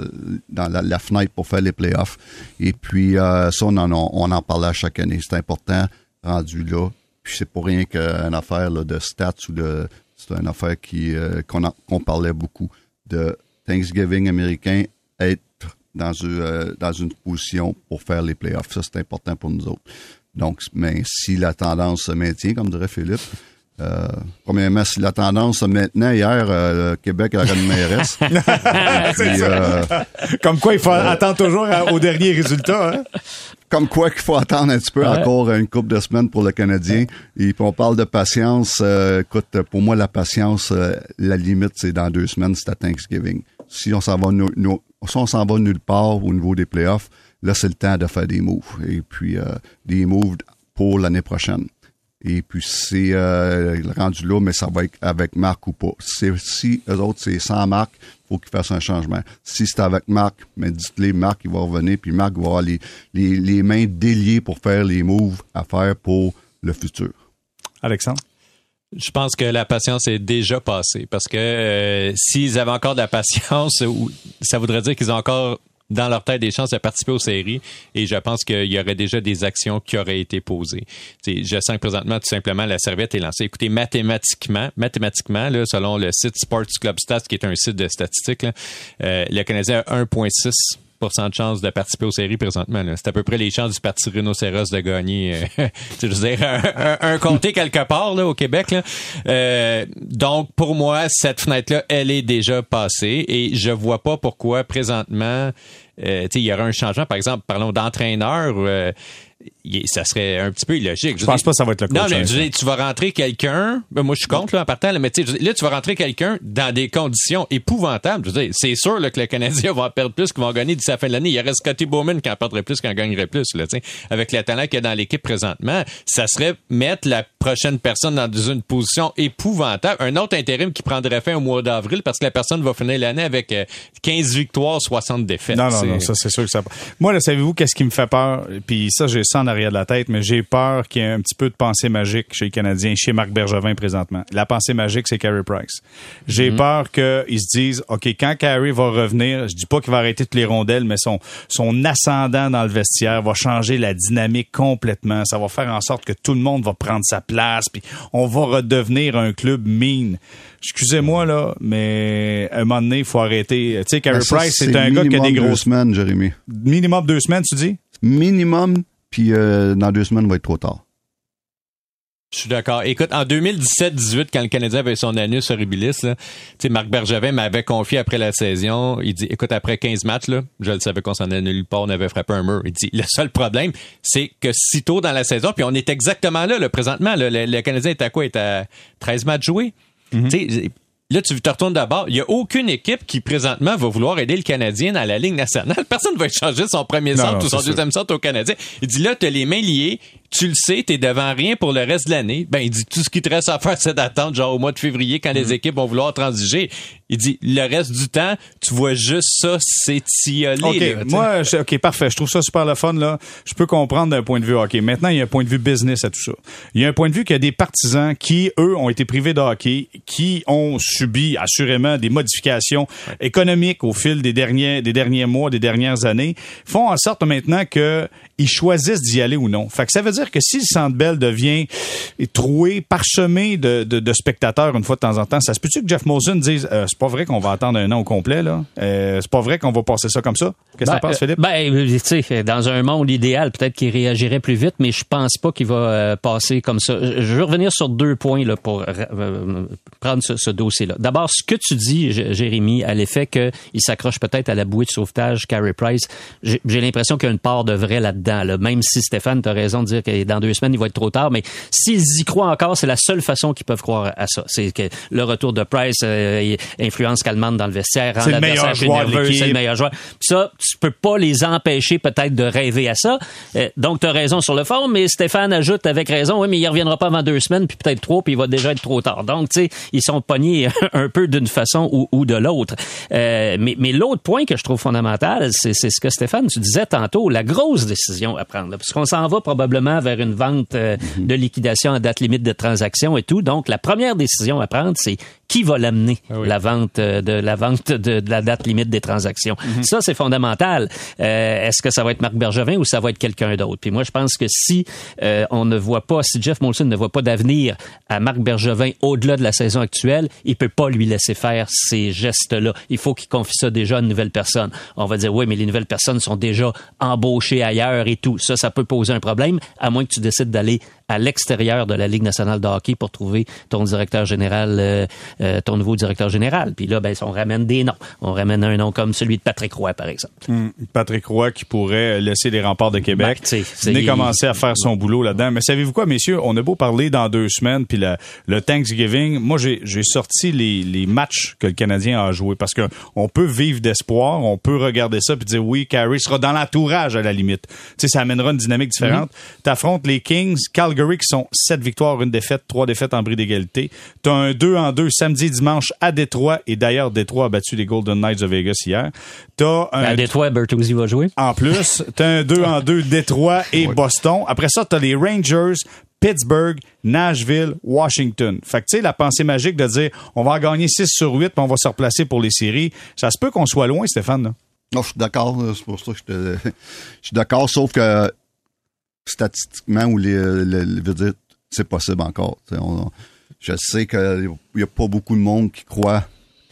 la fenêtre pour faire les playoffs. Et puis, ça, on en parlait à chaque année. C'est important, rendu là. Puis, c'est pour rien qu'une affaire là, de stats ou c'est une affaire qu'on parlait beaucoup de Thanksgiving américain, être dans une position pour faire les playoffs. Ça, c'est important pour nous autres. Donc, mais si la tendance se maintient, comme dirait Philippe, premièrement, si la tendance se maintenait hier, le Québec aurait une mairesse. Comme quoi, il faut attendre toujours au dernier résultat. Hein? Comme quoi qu'il faut attendre un petit peu encore une couple de semaines pour le Canadien. Et puis on parle de patience. Écoute, pour moi, la patience, la limite, c'est dans 2 semaines, c'est à Thanksgiving. Si on s'en va nulle part au niveau des playoffs, là, c'est le temps de faire des moves. Et puis, des moves pour l'année prochaine. Et puis, c'est rendu là, mais ça va être avec Marc ou pas. Si eux autres, c'est sans Marc, il faut qu'ils fassent un changement. Si c'est avec Marc, mais dites-les, Marc, il va revenir, puis Marc va avoir les mains déliées pour faire les moves à faire pour le futur. Alexandre? Je pense que la patience est déjà passée parce que s'ils avaient encore de la patience, ça voudrait dire qu'ils ont encore dans leur tête des chances de participer aux séries et je pense qu'il y aurait déjà des actions qui auraient été posées. T'sais, je sens que présentement, tout simplement, la serviette est lancée. Écoutez, mathématiquement, là, selon le site Sports Club Stats, qui est un site de statistiques, là, le Canadien a 1,6 % de chances de participer aux séries présentement. Là. C'est à peu près les chances du parti rhinocéros de gagner, je veux dire, un comté quelque part là, au Québec. Là. Donc, pour moi, cette fenêtre-là, elle est déjà passée et je vois pas pourquoi, présentement, il y aura un changement. Par exemple, parlons d'entraîneur. Ça serait un petit peu illogique. Je pense pas que ça va être le coach. Non, mais tu vas rentrer quelqu'un, moi je suis contre là, en partant, là, mais tu sais, là, tu vas rentrer quelqu'un dans des conditions épouvantables. Je veux dire, c'est sûr là, que le Canadien va en perdre plus qu'ils vont gagner d'ici la fin de l'année. Il y aurait Scotty Bowman qui en perdrait plus qu'il en gagnerait plus. Là, avec le talent qu'il y a dans l'équipe présentement, ça serait mettre la prochaine personne dans une position épouvantable. Un autre intérim qui prendrait fin au mois d'avril parce que la personne va finir l'année avec 15 victoires, 60 défaites. Non, ça c'est sûr que ça... Moi, là, savez-vous qu'est-ce qui me fait peur? Puis ça, j'ai ça en arrière de la tête, mais j'ai peur qu'il y ait un petit peu de pensée magique chez les Canadiens, chez Marc Bergevin présentement. La pensée magique, c'est Carey Price. J'ai peur qu'ils se disent, OK, quand Carey va revenir, je dis pas qu'il va arrêter toutes les rondelles, mais son ascendant dans le vestiaire va changer la dynamique complètement. Ça va faire en sorte que tout le monde va prendre sa place, puis on va redevenir un club mean. Excusez-moi, là, mais à un moment donné, il faut arrêter. Tu sais, Carey Price, c'est un gars qui a des grosses... 2 semaines, Jérémy. Minimum 2 semaines, tu dis? Minimum, puis dans 2 semaines, il va être trop tard. Je suis d'accord. Écoute, en 2017-18, quand le Canadien avait son anus horribilis, là, Marc Bergevin m'avait confié après la saison, il dit, écoute, après 15 matchs, là, je le savais qu'on s'en allait nulle part, on avait frappé un mur. Il dit, le seul problème, c'est que si tôt dans la saison, puis on est exactement là, présentement, là, le Canadien est à quoi? Il est à 13 matchs joués? Mm-hmm. Là, tu te retournes d'abord. Il n'y a aucune équipe qui, présentement, va vouloir aider le Canadien dans la Ligue nationale. Personne ne va échanger son premier centre ou son deuxième centre au Canadien. Il dit, là, tu as les mains liées. Tu le sais, t'es devant rien pour le reste de l'année. Ben, il dit, tout ce qui te reste à faire, c'est d'attendre, genre, au mois de février, quand les équipes vont vouloir transiger. Il dit, le reste du temps, tu vois juste ça s'étioler. OK, OK, parfait. Je trouve ça super le fun, là. Je peux comprendre d'un point de vue hockey. Maintenant, il y a un point de vue business à tout ça. Il y a un point de vue qu'il y a des partisans qui, eux, ont été privés de hockey, qui ont subi, assurément, des modifications économiques au fil des derniers mois, des dernières années, font en sorte maintenant qu'ils choisissent d'y aller ou non. Fait que ça veut dire que si le Centre Bell devient troué, parsemé de spectateurs une fois de temps en temps, ça se peut-tu que Jeff Molson dise c'est pas vrai qu'on va attendre un an au complet, là? C'est pas vrai qu'on va passer ça comme ça? Qu'est-ce que t'en penses, Philippe? Tu sais, dans un monde idéal, peut-être qu'il réagirait plus vite, mais je pense pas qu'il va passer comme ça. Je veux revenir sur 2 points là, pour prendre ce dossier-là. D'abord, ce que tu dis, Jérémy, à l'effet qu'il s'accroche peut-être à la bouée de sauvetage Carey Price, j'ai l'impression qu'il y a une part de vrai là-dedans. Là. Même si, Stéphane, tu as raison de dire que dans 2 semaines, il va être trop tard, mais s'ils y croient encore, c'est la seule façon qu'ils peuvent croire à ça. C'est que le retour de Price influence calmante dans le vestiaire, rend l'adversaire nerveux, c'est le meilleur joueur. Puis ça, tu peux pas les empêcher peut-être de rêver à ça. Donc, tu as raison sur le fond, mais Stéphane ajoute avec raison, oui, mais il reviendra pas avant 2 semaines, puis peut-être 3, puis il va déjà être trop tard. Donc, tu sais, ils sont pognés un peu d'une façon ou de l'autre. Mais l'autre point que je trouve fondamental, c'est ce que Stéphane, tu disais tantôt, la grosse décision à prendre. Là, parce qu'on s'en va probablement vers une vente de liquidation à date limite de transaction et tout. Donc, la première décision à prendre, c'est qui va l'amener, la vente de la date limite des transactions. Ça, c'est fondamental. Est-ce que ça va être Marc Bergevin ou ça va être quelqu'un d'autre? Puis moi, je pense que si si Jeff Molson ne voit pas d'avenir à Marc Bergevin au-delà de la saison actuelle, il peut pas lui laisser faire ces gestes-là. Il faut qu'il confie ça déjà à une nouvelle personne. On va dire, oui, mais les nouvelles personnes sont déjà embauchées ailleurs et tout. Ça peut poser un problème, à moins que tu décides d'aller à l'extérieur de la Ligue nationale de hockey pour trouver ton directeur général, ton nouveau directeur général. Puis là, on ramène des noms. On ramène un nom comme celui de Patrick Roy, par exemple. Patrick Roy qui pourrait laisser les remparts de Québec commencer à faire son boulot là-dedans. Mais savez-vous quoi, messieurs? On a beau parler dans 2 semaines, puis le Thanksgiving, moi, j'ai sorti les matchs que le Canadien a joués parce que on peut vivre d'espoir, on peut regarder ça puis dire oui, Carey sera dans l'entourage à la limite. Tu sais, ça amènera une dynamique différente. T'affrontes les Kings, Calgary qui sont 7 victoires, 1 défaite, 3 défaites en bris d'égalité. T'as un 2-2 samedi et dimanche à Détroit, et d'ailleurs, Détroit a battu les Golden Knights de Vegas hier. À Détroit, Bertuzzi va jouer. En plus, t'as un 2-2 Détroit et Boston. Après ça, t'as les Rangers, Pittsburgh, Nashville, Washington. Fait que tu sais, la pensée magique de dire on va en gagner 6 sur 8 puis on va se replacer pour les séries, ça se peut qu'on soit loin, Stéphane, là. Non, je suis d'accord. C'est pour ça que je suis d'accord, sauf que statistiquement, veut dire, c'est possible encore. Je sais qu'il n'y a pas beaucoup de monde qui croit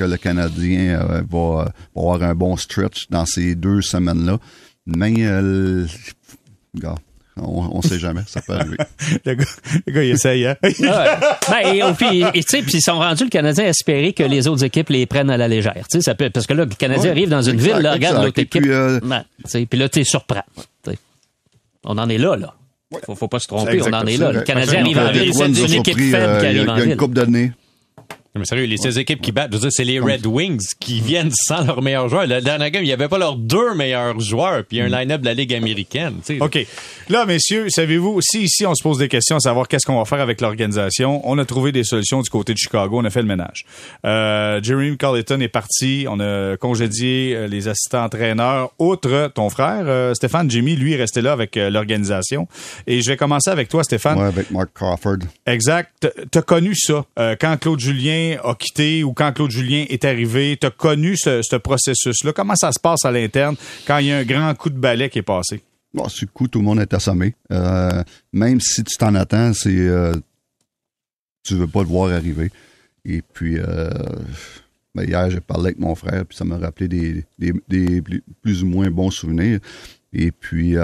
que le Canadien va avoir un bon stretch dans ces 2 semaines-là. Mais, gars, on sait jamais, ça peut arriver. le gars, il essaye, hein? Puis ils sont rendus, le Canadien, à espérer que les autres équipes les prennent à la légère. Tu sais, ça peut, parce que là, le Canadien arrive dans une ville, là, regarde l'autre équipe. Puis là, tu surprends. On en est là. Faut pas se tromper, on en est là. Le Canadien arrive en ville, c'est une équipe faible qui arrive en ville. Il y a une couple d'années. Mais sérieux, ces équipes qui battent, je veux dire, c'est les Red Wings qui viennent sans leurs meilleurs joueurs. La dernière game, il n'y avait pas leurs 2 meilleurs joueurs, puis il y a un line-up de la Ligue américaine. T'sais. OK. Là, messieurs, savez-vous, si ici on se pose des questions à savoir qu'est-ce qu'on va faire avec l'organisation, on a trouvé des solutions du côté de Chicago, on a fait le ménage. Jeremy Colliton est parti, on a congédié les assistants entraîneurs. Outre ton frère, Stéphane, Jimmy, lui, est resté là avec l'organisation. Et je vais commencer avec toi, Stéphane. Ouais, avec Mark Crawford. Exact. T'as connu ça quand Claude Julien a quitté ou quand Claude Julien est arrivé. T'as connu ce processus-là. Comment ça se passe à l'interne quand il y a un grand coup de balai qui est passé? Bon, sur le coup, tout le monde est assommé. Même si tu t'en attends, tu veux pas le voir arriver. Et puis, hier, j'ai parlé avec mon frère, puis ça m'a rappelé des plus ou moins bons souvenirs. Et puis,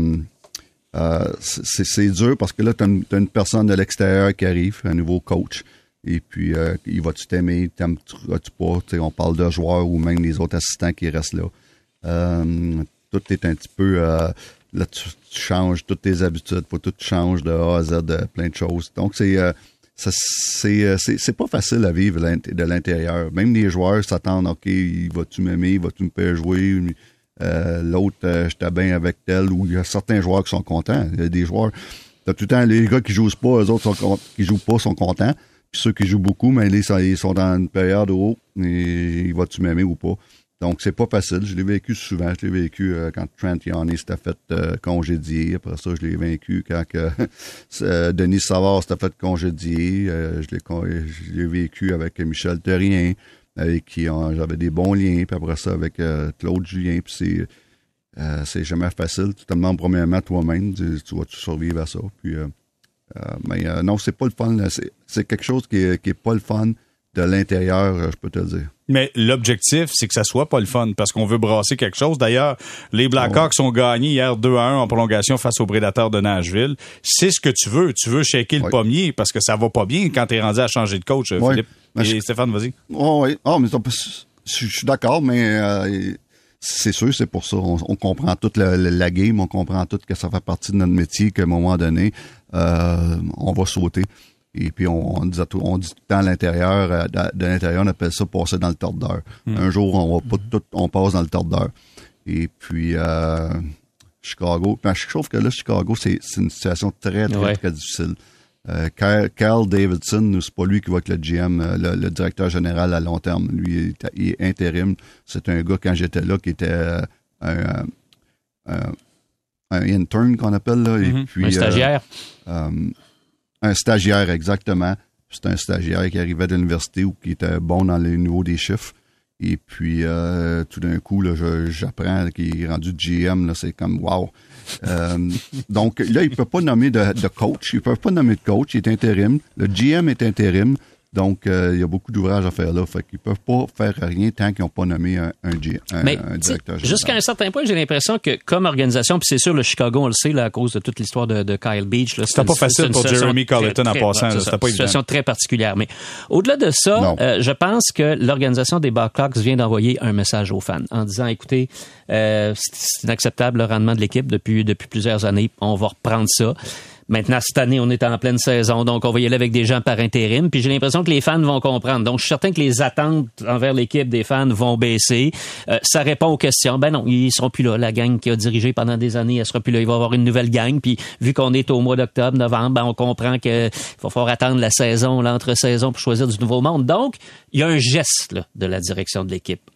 c'est dur parce que là, t'as une personne de l'extérieur qui arrive, un nouveau coach. Et puis, il va-tu t'aimer, t'aimes-tu pas? T'sais, on parle de joueurs ou même les autres assistants qui restent là. Tout est un petit peu... là, tu changes toutes tes habitudes. Faut tout change de A à Z, de plein de choses. Donc, c'est pas facile à vivre de l'intérieur. Même les joueurs s'attendent, OK, vas-tu m'aimer? Vas-tu me faire jouer? L'autre, j'étais bien avec tel. Ou il y a certains joueurs qui sont contents. Il y a des joueurs... T'as tout le temps les gars qui jouent pas, eux autres qui jouent pas sont contents. Puis ceux qui jouent beaucoup, mais ils sont dans une période où vas-tu m'aimer ou pas? Donc, c'est pas facile. Je l'ai vécu souvent. Je l'ai vécu quand Trent Yawney s'était fait congédier. Après ça, je l'ai vécu quand Denis Savard s'était fait congédier. Je l'ai vécu avec Michel Therrien, avec qui j'avais des bons liens. Puis après ça, avec Claude Julien. Puis c'est jamais facile. Tu te demandes premièrement toi-même, tu vas-tu survivre à ça? Puis... mais non, c'est pas le fun. C'est quelque chose qui est pas le fun de l'intérieur, je peux te le dire. Mais l'objectif, c'est que ça soit pas le fun, parce qu'on veut brasser quelque chose. D'ailleurs, les Blackhawks ont gagné hier 2-1 en prolongation face aux Prédateurs de Nashville. C'est ce que tu veux. Tu veux shaker le pommier, parce que ça va pas bien quand t'es rendu à changer de coach, Philippe. Et Stéphane, vas-y. Oui. Mais je suis d'accord, mais... c'est sûr, c'est pour ça. On comprend toute la game, on comprend tout que ça fait partie de notre métier, qu'à un moment donné, on va sauter. Et puis, on dit tout le temps à l'intérieur, de l'intérieur, on appelle ça passer dans le tordeur. Un jour, on passe dans le tordeur. Et puis, Chicago, je trouve que là, Chicago, c'est une situation très, très, très difficile. Kyle Davidson, c'est pas lui qui va être le GM, le directeur général à long terme. Lui, il est intérim. C'est un gars, quand j'étais là, qui était un intern qu'on appelle. Là, et puis, un stagiaire. Un stagiaire, exactement. C'est un stagiaire qui arrivait de l'université ou qui était bon dans le niveau des chiffres. Et puis, tout d'un coup, là, j'apprends qu'il est rendu GM. Là, c'est comme, wow. Donc, là, il ne peut pas nommer de coach. Il ne peut pas nommer de coach. Il est intérim. Le GM est intérim. Donc, il y a beaucoup d'ouvrages à faire là. Fait qu'ils peuvent pas faire rien tant qu'ils n'ont pas nommé un directeur général. Jusqu'à un certain point, j'ai l'impression que comme organisation, puis c'est sûr, le Chicago, on le sait, là, à cause de toute l'histoire de Kyle Beach. C'était pas facile pour Jeremy Colliton en passant. C'était pas évident. Une situation très particulière. Mais au-delà de ça, je pense que l'organisation des Blackhawks vient d'envoyer un message aux fans en disant, écoutez, c'est inacceptable le rendement de l'équipe depuis plusieurs années. On va reprendre ça. Maintenant, cette année, on est en pleine saison, donc on va y aller avec des gens par intérim. Puis j'ai l'impression que les fans vont comprendre. Donc, je suis certain que les attentes envers l'équipe des fans vont baisser. Ça répond aux questions. Ben non, ils seront plus là. La gang qui a dirigé pendant des années, elle sera plus là. Il va y avoir une nouvelle gang. Puis vu qu'on est au mois d'octobre, novembre, ben on comprend qu'il va falloir attendre la saison, l'entre-saison pour choisir du nouveau monde. Donc, il y a un geste là, de la direction de l'équipe.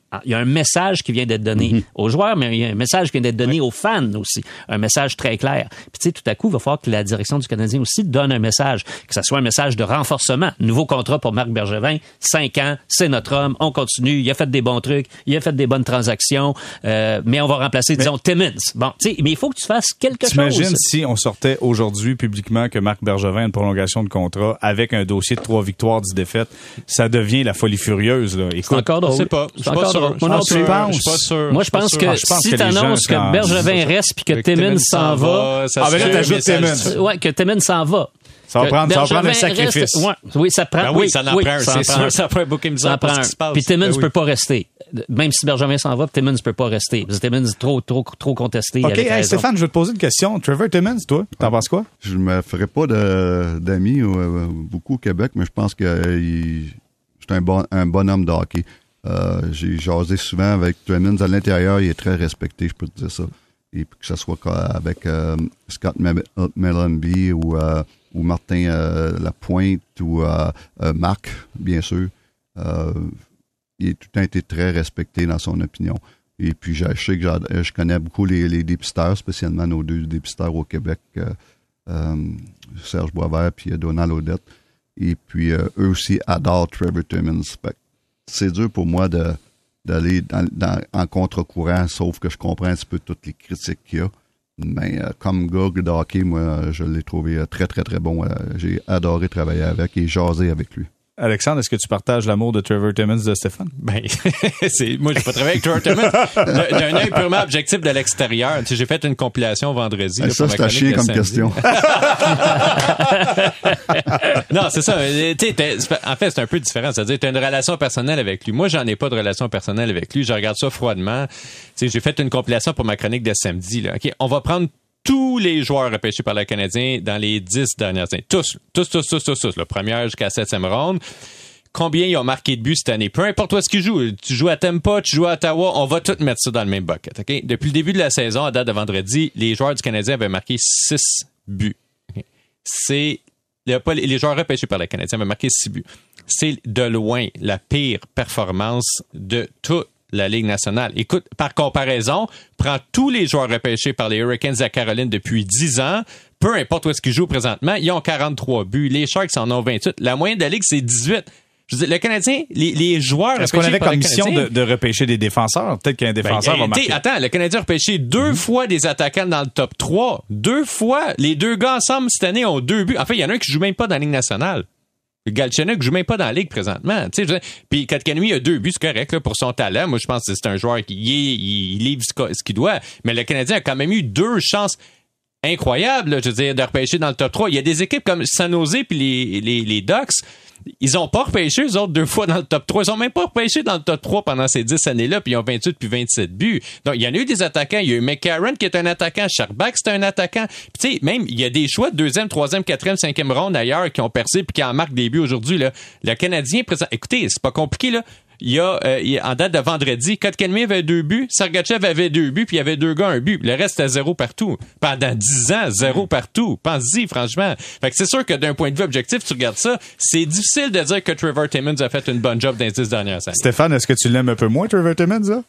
il y a un message qui vient d'être donné aux joueurs, mais il y a un message qui vient d'être donné aux fans aussi. Un message très clair. Puis tu sais, tout à coup, il va falloir que la direction du Canadien aussi donne un message, que ça soit un message de renforcement. Nouveau contrat pour Marc Bergevin, 5 ans, c'est notre homme, on continue, il a fait des bons trucs, il a fait des bonnes transactions, mais on va remplacer, disons, Timmins. Bon, tu sais, mais il faut que tu fasses quelque chose. T'imagines si on sortait aujourd'hui publiquement que Marc Bergevin a une prolongation de contrat avec un dossier de 3 victoires, 10 défaites, ça devient la folie furieuse, là. Écoute, c'est encore drôle. Je sais pas. Je suis pas sûr. Je suis pas sûr. Moi, je pense que si t'annonces que Bergevin reste puis que Timmins s'en va, mais là, t'ajoutes Timmins. Ouais, que Timmins s'en va. Ça va prendre un sacrifice. Oui, ça prend. Ben oui, ça en prend un. C'est sûr, ça prend un bouquet bizarre pour ce qui se passe. Puis Timmins ne peut pas rester. Même si Bergevin s'en va, Timmins ne peut pas rester. Parce que Timmins est trop contesté. OK, hey, Stéphane, je vais te poser une question. Trevor Timmins, toi, t'en penses quoi? Je ne me ferai pas d'amis beaucoup au Québec, mais je pense que c'est un bonhomme de hockey. J'ai jasé souvent avec Timmins à l'intérieur, il est très respecté, je peux te dire ça. Et que ce soit avec Scott Mellanby ou Martin Lapointe ou Marc, bien sûr. Il a tout le temps été très respecté dans son opinion. Et puis, je sais que je connais beaucoup les dépisteurs, spécialement nos 2 dépisteurs au Québec, Serge Boisvert et Donald Audette. Et puis, eux aussi adorent Trevor Timmins. C'est dur pour moi d'aller en contre-courant, sauf que je comprends un petit peu toutes les critiques qu'il y a. Mais comme gars de hockey, moi, je l'ai trouvé très, très, très bon. J'ai adoré travailler avec et jaser avec lui. Alexandre, est-ce que tu partages l'amour de Trevor Timmins de Stéphane? Ben, moi, j'ai pas travaillé avec Trevor Timmins. D'un œil purement objectif de l'extérieur. Tu sais, j'ai fait une compilation vendredi. Ça, c'est à chier comme question. Non, c'est ça. En fait, c'est un peu différent. C'est-à-dire, tu as une relation personnelle avec lui. Moi, j'en ai pas de relation personnelle avec lui. Je regarde ça froidement. Tu sais, j'ai fait une compilation pour ma chronique de samedi. Là. OK, on va prendre tous les joueurs repêchés par le Canadien dans les 10 dernières années. Tous. La première jusqu'à la 7e ronde. Combien ils ont marqué de buts cette année? Peu importe où est-ce qu'ils jouent. Tu joues à Tampa, tu joues à Ottawa, on va tout mettre ça dans le même bucket. Okay? Depuis le début de la saison, à date de vendredi, les joueurs du Canadien avaient marqué 6 buts. Okay? Les joueurs repêchés par le Canadien avaient marqué 6 buts. C'est de loin la pire performance de toute la Ligue nationale. Écoute, par comparaison, prends tous les joueurs repêchés par les Hurricanes de la Caroline depuis 10 ans, peu importe où est-ce qu'ils jouent présentement, ils ont 43 buts. Les Sharks en ont 28. La moyenne de la Ligue, c'est 18. Je veux dire, le Canadien, les joueurs est-ce qu'on avait comme mission de repêcher des défenseurs? Peut-être qu'un défenseur va marquer. Attends, le Canadien a repêché 2 fois des attaquants dans le top 3. 2 fois. Les 2 gars ensemble cette année ont 2 buts. En fait, il y en a un qui joue même pas dans la Ligue nationale. Galchenyuk joue même pas dans la Ligue présentement. Puis Kotkaniemi a 2 buts, c'est correct là, pour son talent. Moi, je pense que c'est un joueur qui il livre ce qu'il doit. Mais le Canadien a quand même eu 2 chances incroyables, là, je veux dire, de repêcher dans le top 3. Il y a des équipes comme San Jose puis les Ducks. Ils ont pas repêché, eux autres, 2 fois dans le top 3. Ils ont même pas repêché dans le top 3 pendant ces 10 années-là, puis ils ont 28 puis 27 buts. Donc, il y en a eu des attaquants. Il y a eu McCarron qui est un attaquant. Charbak, c'est un attaquant. Puis, tu sais, même, il y a des choix de 2e, 3e, 4e, 5e ronde ailleurs qui ont percé puis qui en marquent des buts aujourd'hui, là. Le Canadien présent. Écoutez, c'est pas compliqué, là. Il y a en date de vendredi, Kotkaniemi avait 2 buts, Sergachev avait 2 buts, puis il y avait 2 gars, 1 but. Le reste, c'était 0 partout. Pendant 10 ans, 0 partout. Pense-y, franchement. Fait que c'est sûr que d'un point de vue objectif, tu regardes ça, c'est difficile de dire que Trevor Timmins a fait une bonne job dans les 10 dernières années. Stéphane, est-ce que tu l'aimes un peu moins, Trevor Timmins, là?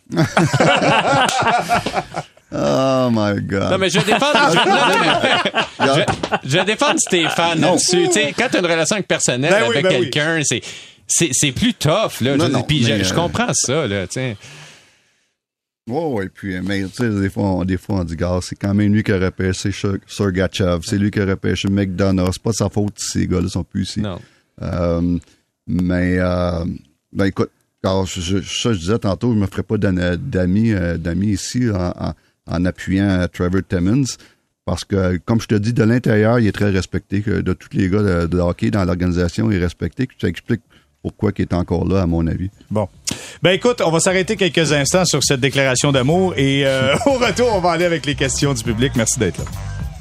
Oh my God. Non, mais je vais défendre Stéphane là-dessus. Tu sais, quand tu as une relation personnelle avec quelqu'un, c'est plus tough, là. Puis je comprends ça, là, tu sais. Oui, puis, mais tu sais, des fois, on dit, gars, c'est quand même lui qui a repêché Sergachev, c'est lui qui a repêché McDonough, c'est pas de sa faute si ces gars-là sont plus ici. Non. Ben écoute, car je disais tantôt, je me ferais pas d'amis ici en appuyant Trevor Timmins, parce que, comme je te dis, de l'intérieur, il est très respecté, de tous les gars de hockey dans l'organisation, il est respecté, ça explique pourquoi il est encore là, à mon avis. Bon. Ben écoute, on va s'arrêter quelques instants sur cette déclaration d'amour et au retour, on va aller avec les questions du public. Merci d'être là.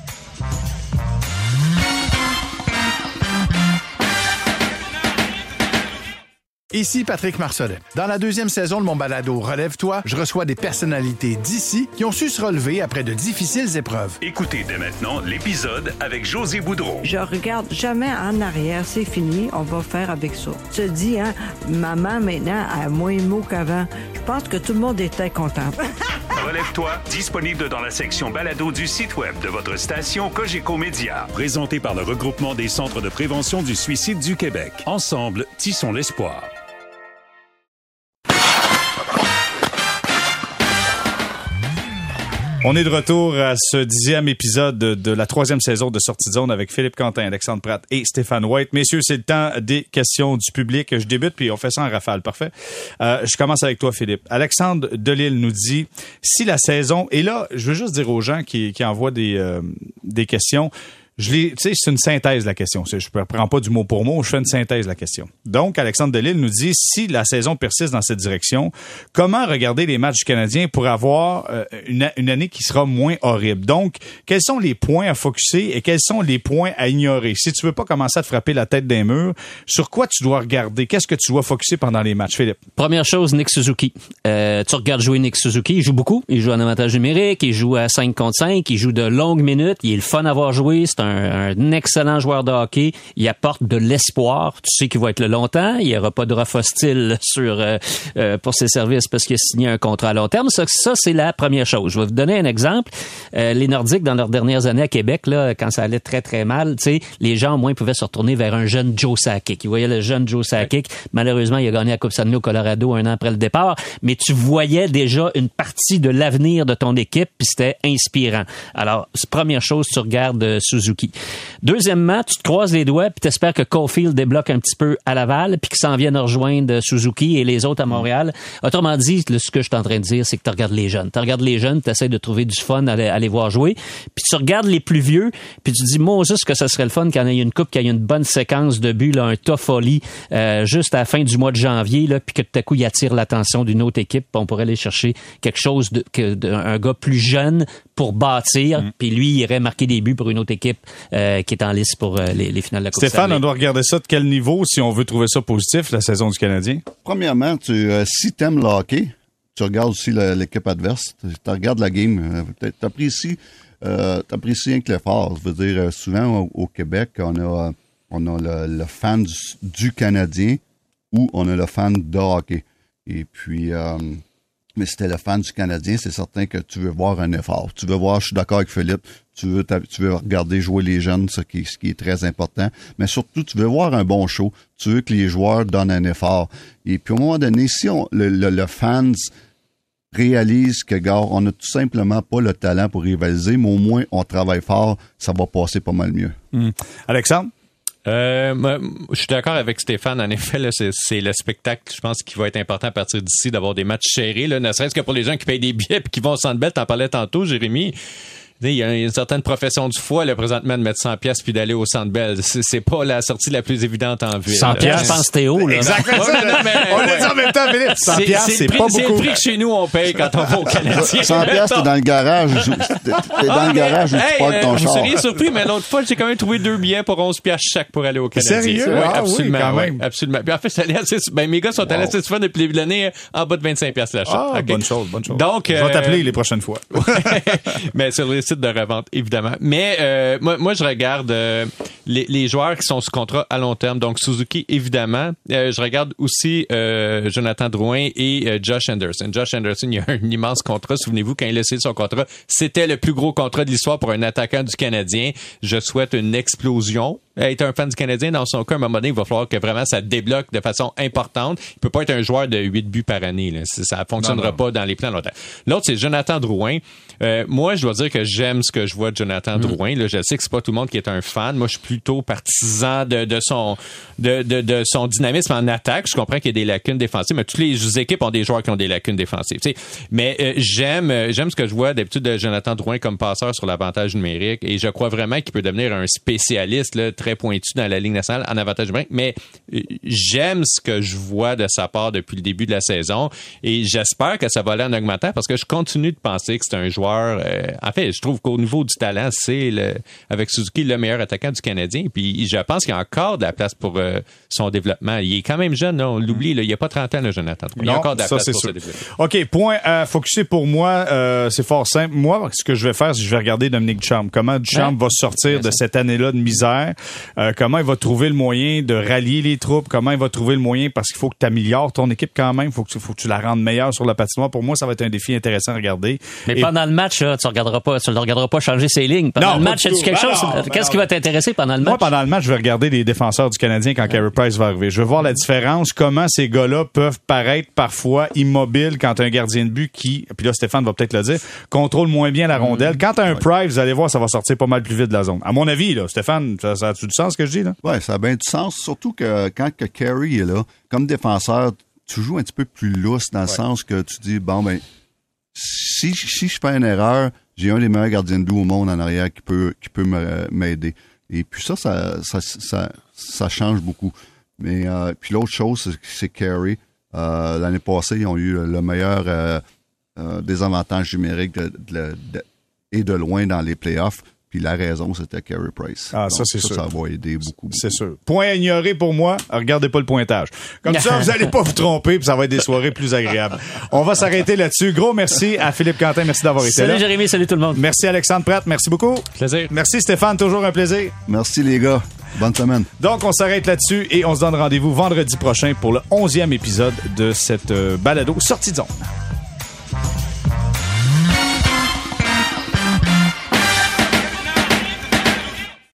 Ici Patrick Marcelet. Dans la 2e saison de mon balado Relève-toi, je reçois des personnalités d'ici qui ont su se relever après de difficiles épreuves. Écoutez dès maintenant l'épisode avec José Boudreau. Je regarde jamais en arrière, c'est fini, on va faire avec ça. Tu te dis, hein, maman maintenant a moins de mots qu'avant. Je pense que tout le monde était content. Relève-toi, disponible dans la section balado du site web de votre station Cogeco Média. Présenté par le regroupement des centres de prévention du suicide du Québec. Ensemble, tissons l'espoir. On est de retour à ce 10e épisode de la 3e saison de Sortie de zone avec Philippe Quentin, Alexandre Pratt et Stéphane White. Messieurs, c'est le temps des questions du public. Je débute, puis on fait ça en rafale. Parfait. Je commence avec toi, Philippe. Alexandre Delille nous dit, si la saison... Et là, je veux juste dire aux gens qui envoient des questions... Tu sais, c'est une synthèse, la question. Je ne prends pas du mot pour mot, je fais une synthèse, la question. Donc, Alexandre Delille nous dit, si la saison persiste dans cette direction, comment regarder les matchs du Canadien pour avoir une année qui sera moins horrible? Donc, quels sont les points à focusser et quels sont les points à ignorer? Si tu veux pas commencer à te frapper la tête d'un mur, sur quoi tu dois regarder? Qu'est-ce que tu dois focusser pendant les matchs, Philippe? Première chose, Nick Suzuki. Tu regardes jouer Nick Suzuki, il joue beaucoup. Il joue en avantage numérique, il joue à 5 contre 5, il joue de longues minutes, il est le fun à voir jouer, c'est un excellent joueur de hockey. Il apporte de l'espoir. Tu sais qu'il va être là longtemps. Il n'y aura pas de offre hostile pour ses services parce qu'il a signé un contrat à long terme. Ça, c'est la première chose. Je vais vous donner un exemple. Les Nordiques, dans leurs dernières années à Québec, là, quand ça allait très, très mal, tu sais, les gens, au moins, pouvaient se retourner vers un jeune Joe Sakic. Ils voyaient le jeune Joe Sakic. Malheureusement, il a gagné la Coupe Stanley au Colorado un an après le départ. Mais tu voyais déjà une partie de l'avenir de ton équipe, puis c'était inspirant. Alors, première chose, tu regardes Suzuki. Deuxièmement, tu te croises les doigts puis t'espères que Caulfield débloque un petit peu à Laval puis qu'ils s'en viennent rejoindre Suzuki et les autres à Montréal. Autrement dit, ce que je suis en train de dire, c'est que tu regardes les jeunes. Tu regardes les jeunes, tu essaies de trouver du fun à les voir jouer. Puis tu regardes les plus vieux puis tu te dis, moi, juste que ça serait le fun qu'il y ait une coupe, qu'il y ait une bonne séquence de buts, là, un toffoli, juste à la fin du mois de janvier, là, puis que tout à coup, il attire l'attention d'une autre équipe. On pourrait aller chercher quelque chose un gars plus jeune pour bâtir, puis lui, il irait marquer des buts pour une autre équipe qui est en liste pour les finales de la Coupe Stéphane, Stanley. on doit regarder ça de quel niveau si on veut trouver ça positif, la saison du Canadien? Premièrement, si t'aimes le hockey, tu regardes aussi l'équipe adverse, tu regardes la game, t'apprécies rien que l'effort. Je veux dire, souvent au Québec, on a le fan du Canadien ou on a le fan de hockey. Et puis... mais si t'es le fan du Canadien, c'est certain que tu veux voir un effort. Tu veux voir, je suis d'accord avec Philippe, tu veux regarder jouer les jeunes, ce qui est très important. Mais surtout, tu veux voir un bon show. Tu veux que les joueurs donnent un effort. Et puis, au moment donné, si le fans réalise que, gars, on n'a tout simplement pas le talent pour rivaliser, mais au moins, on travaille fort, ça va passer pas mal mieux. Alexandre? Je suis d'accord avec Stéphane. En effet, là, c'est le spectacle, je pense, qui va être important à partir d'ici, d'avoir des matchs serrés, là, ne serait-ce que pour les gens qui payent des billets et qui vont au Centre Bell. T'en parlais tantôt, Jérémy. Il y a une certaine profession du foie, là, présentement, de mettre 100$ puis d'aller au Centre Bell. C'est pas la sortie la plus évidente en ville. 100$, je pense Théo, là. Exactement. On l'a dit en même temps, Philippe. 100$, c'est pas beaucoup. C'est le prix que chez nous, on paye quand on va au Canadien. 100$, t'es dans le garage. T'es dans le garage où tu parques ton char. Vous seriez surpris, mais l'autre fois, j'ai quand même trouvé 2 billets pour 11$ chaque pour aller au Canadien. Sérieux? Oui, ah, absolument. Oui, quand même. Oui, absolument. Puis en fait, mes gars sont allés assez souvent depuis le début de l'année en bas de 25$ la chaque. Ah, okay. bonne chose. Donc, je vais t'appeler les prochaines fois. Mais sur les sites de revente, évidemment. Mais moi, je regarde les joueurs qui sont sous contrat à long terme. Donc, Suzuki, évidemment. Je regarde aussi Jonathan Drouin et Josh Anderson. Josh Anderson, il a un immense contrat. Souvenez-vous, quand il a signé son contrat, c'était le plus gros contrat de l'histoire pour un attaquant du Canadien. Je souhaite une explosion. Être un fan du Canadien, dans son cas, à un moment donné, il va falloir que vraiment ça débloque de façon importante. Il peut pas être un joueur de 8 buts par année. Là. Ça fonctionnera pas dans les plans longtemps. L'autre, c'est Jonathan Drouin. Moi, je dois dire que j'aime ce que je vois de Jonathan Drouin. Là, je sais que c'est pas tout le monde qui est un fan. Moi, je suis plutôt partisan de son dynamisme en attaque. Je comprends qu'il y a des lacunes défensives, mais toutes les équipes ont des joueurs qui ont des lacunes défensives. T'sais. Mais j'aime ce que je vois d'habitude de Jonathan Drouin comme passeur sur l'avantage numérique, et je crois vraiment qu'il peut devenir un spécialiste là, très pointu dans la Ligue nationale en avantage numérique. Mais j'aime ce que je vois de sa part depuis le début de la saison, et j'espère que ça va aller en augmentant, parce que je continue de penser que c'est un joueur... en fait, je trouve qu'au niveau du talent, c'est avec Suzuki le meilleur attaquant du Canadien. Canadien. Puis je pense qu'il y a encore de la place pour son développement. Il est quand même jeune, là, on l'oublie. Là, il n'y a pas 30 ans, là, Jonathan. Il y a encore de la place pour se développer. OK, point à focusser pour moi. C'est fort simple. Moi, ce que je vais faire, c'est que je vais regarder Dominique Ducharme. Comment Ducharme va sortir de cette année-là de misère. Comment il va trouver le moyen de rallier les troupes. Comment il va trouver le moyen, parce qu'il faut que tu améliores ton équipe quand même. Faut que tu la rendes meilleure sur la patinoire. Pour moi, ça va être un défi intéressant à regarder. Mais pendant le match, là, tu ne le regarderas pas changer ses lignes. Pendant le match, as-tu quelque chose? Qu'est-ce qui va t'intéresser pendant le match? Moi, pendant le match, je vais regarder les défenseurs du Canadien quand Carey Price va arriver. Je vais voir la différence, comment ces gars-là peuvent paraître parfois immobiles quand un gardien de but qui, puis là, Stéphane va peut-être le dire, contrôle moins bien la rondelle. Quand t'as un Price, vous allez voir, ça va sortir pas mal plus vite de la zone. À mon avis, là, Stéphane, ça a-tu du sens ce que je dis, là? Ouais, ça a bien du sens. Surtout que quand Carey est là, comme défenseur, tu joues un petit peu plus lousse dans le sens que tu dis, bon, ben, si je fais une erreur, j'ai un des meilleurs gardiens de but au monde en arrière qui peut m'aider. Et puis ça change beaucoup. Mais puis l'autre chose, c'est Carey. L'année passée, ils ont eu le meilleur désavantage numérique et de loin dans les playoffs. Puis la raison, c'était Carey Price. Ah, donc, ça, c'est sûr. Ça va aider beaucoup. C'est sûr. Point à ignorer pour moi, regardez pas le pointage. Comme ça, vous allez pas vous tromper, puis ça va être des soirées plus agréables. On va s'arrêter là-dessus. Gros merci à Philippe Quentin. Merci d'avoir été là. Salut Jérémy, salut tout le monde. Merci Alexandre Pratt. Merci beaucoup. Plaisir. Merci Stéphane, toujours un plaisir. Merci les gars. Bonne semaine. Donc, on s'arrête là-dessus et on se donne rendez-vous vendredi prochain pour le 11e épisode de cette balado Sortie de zone.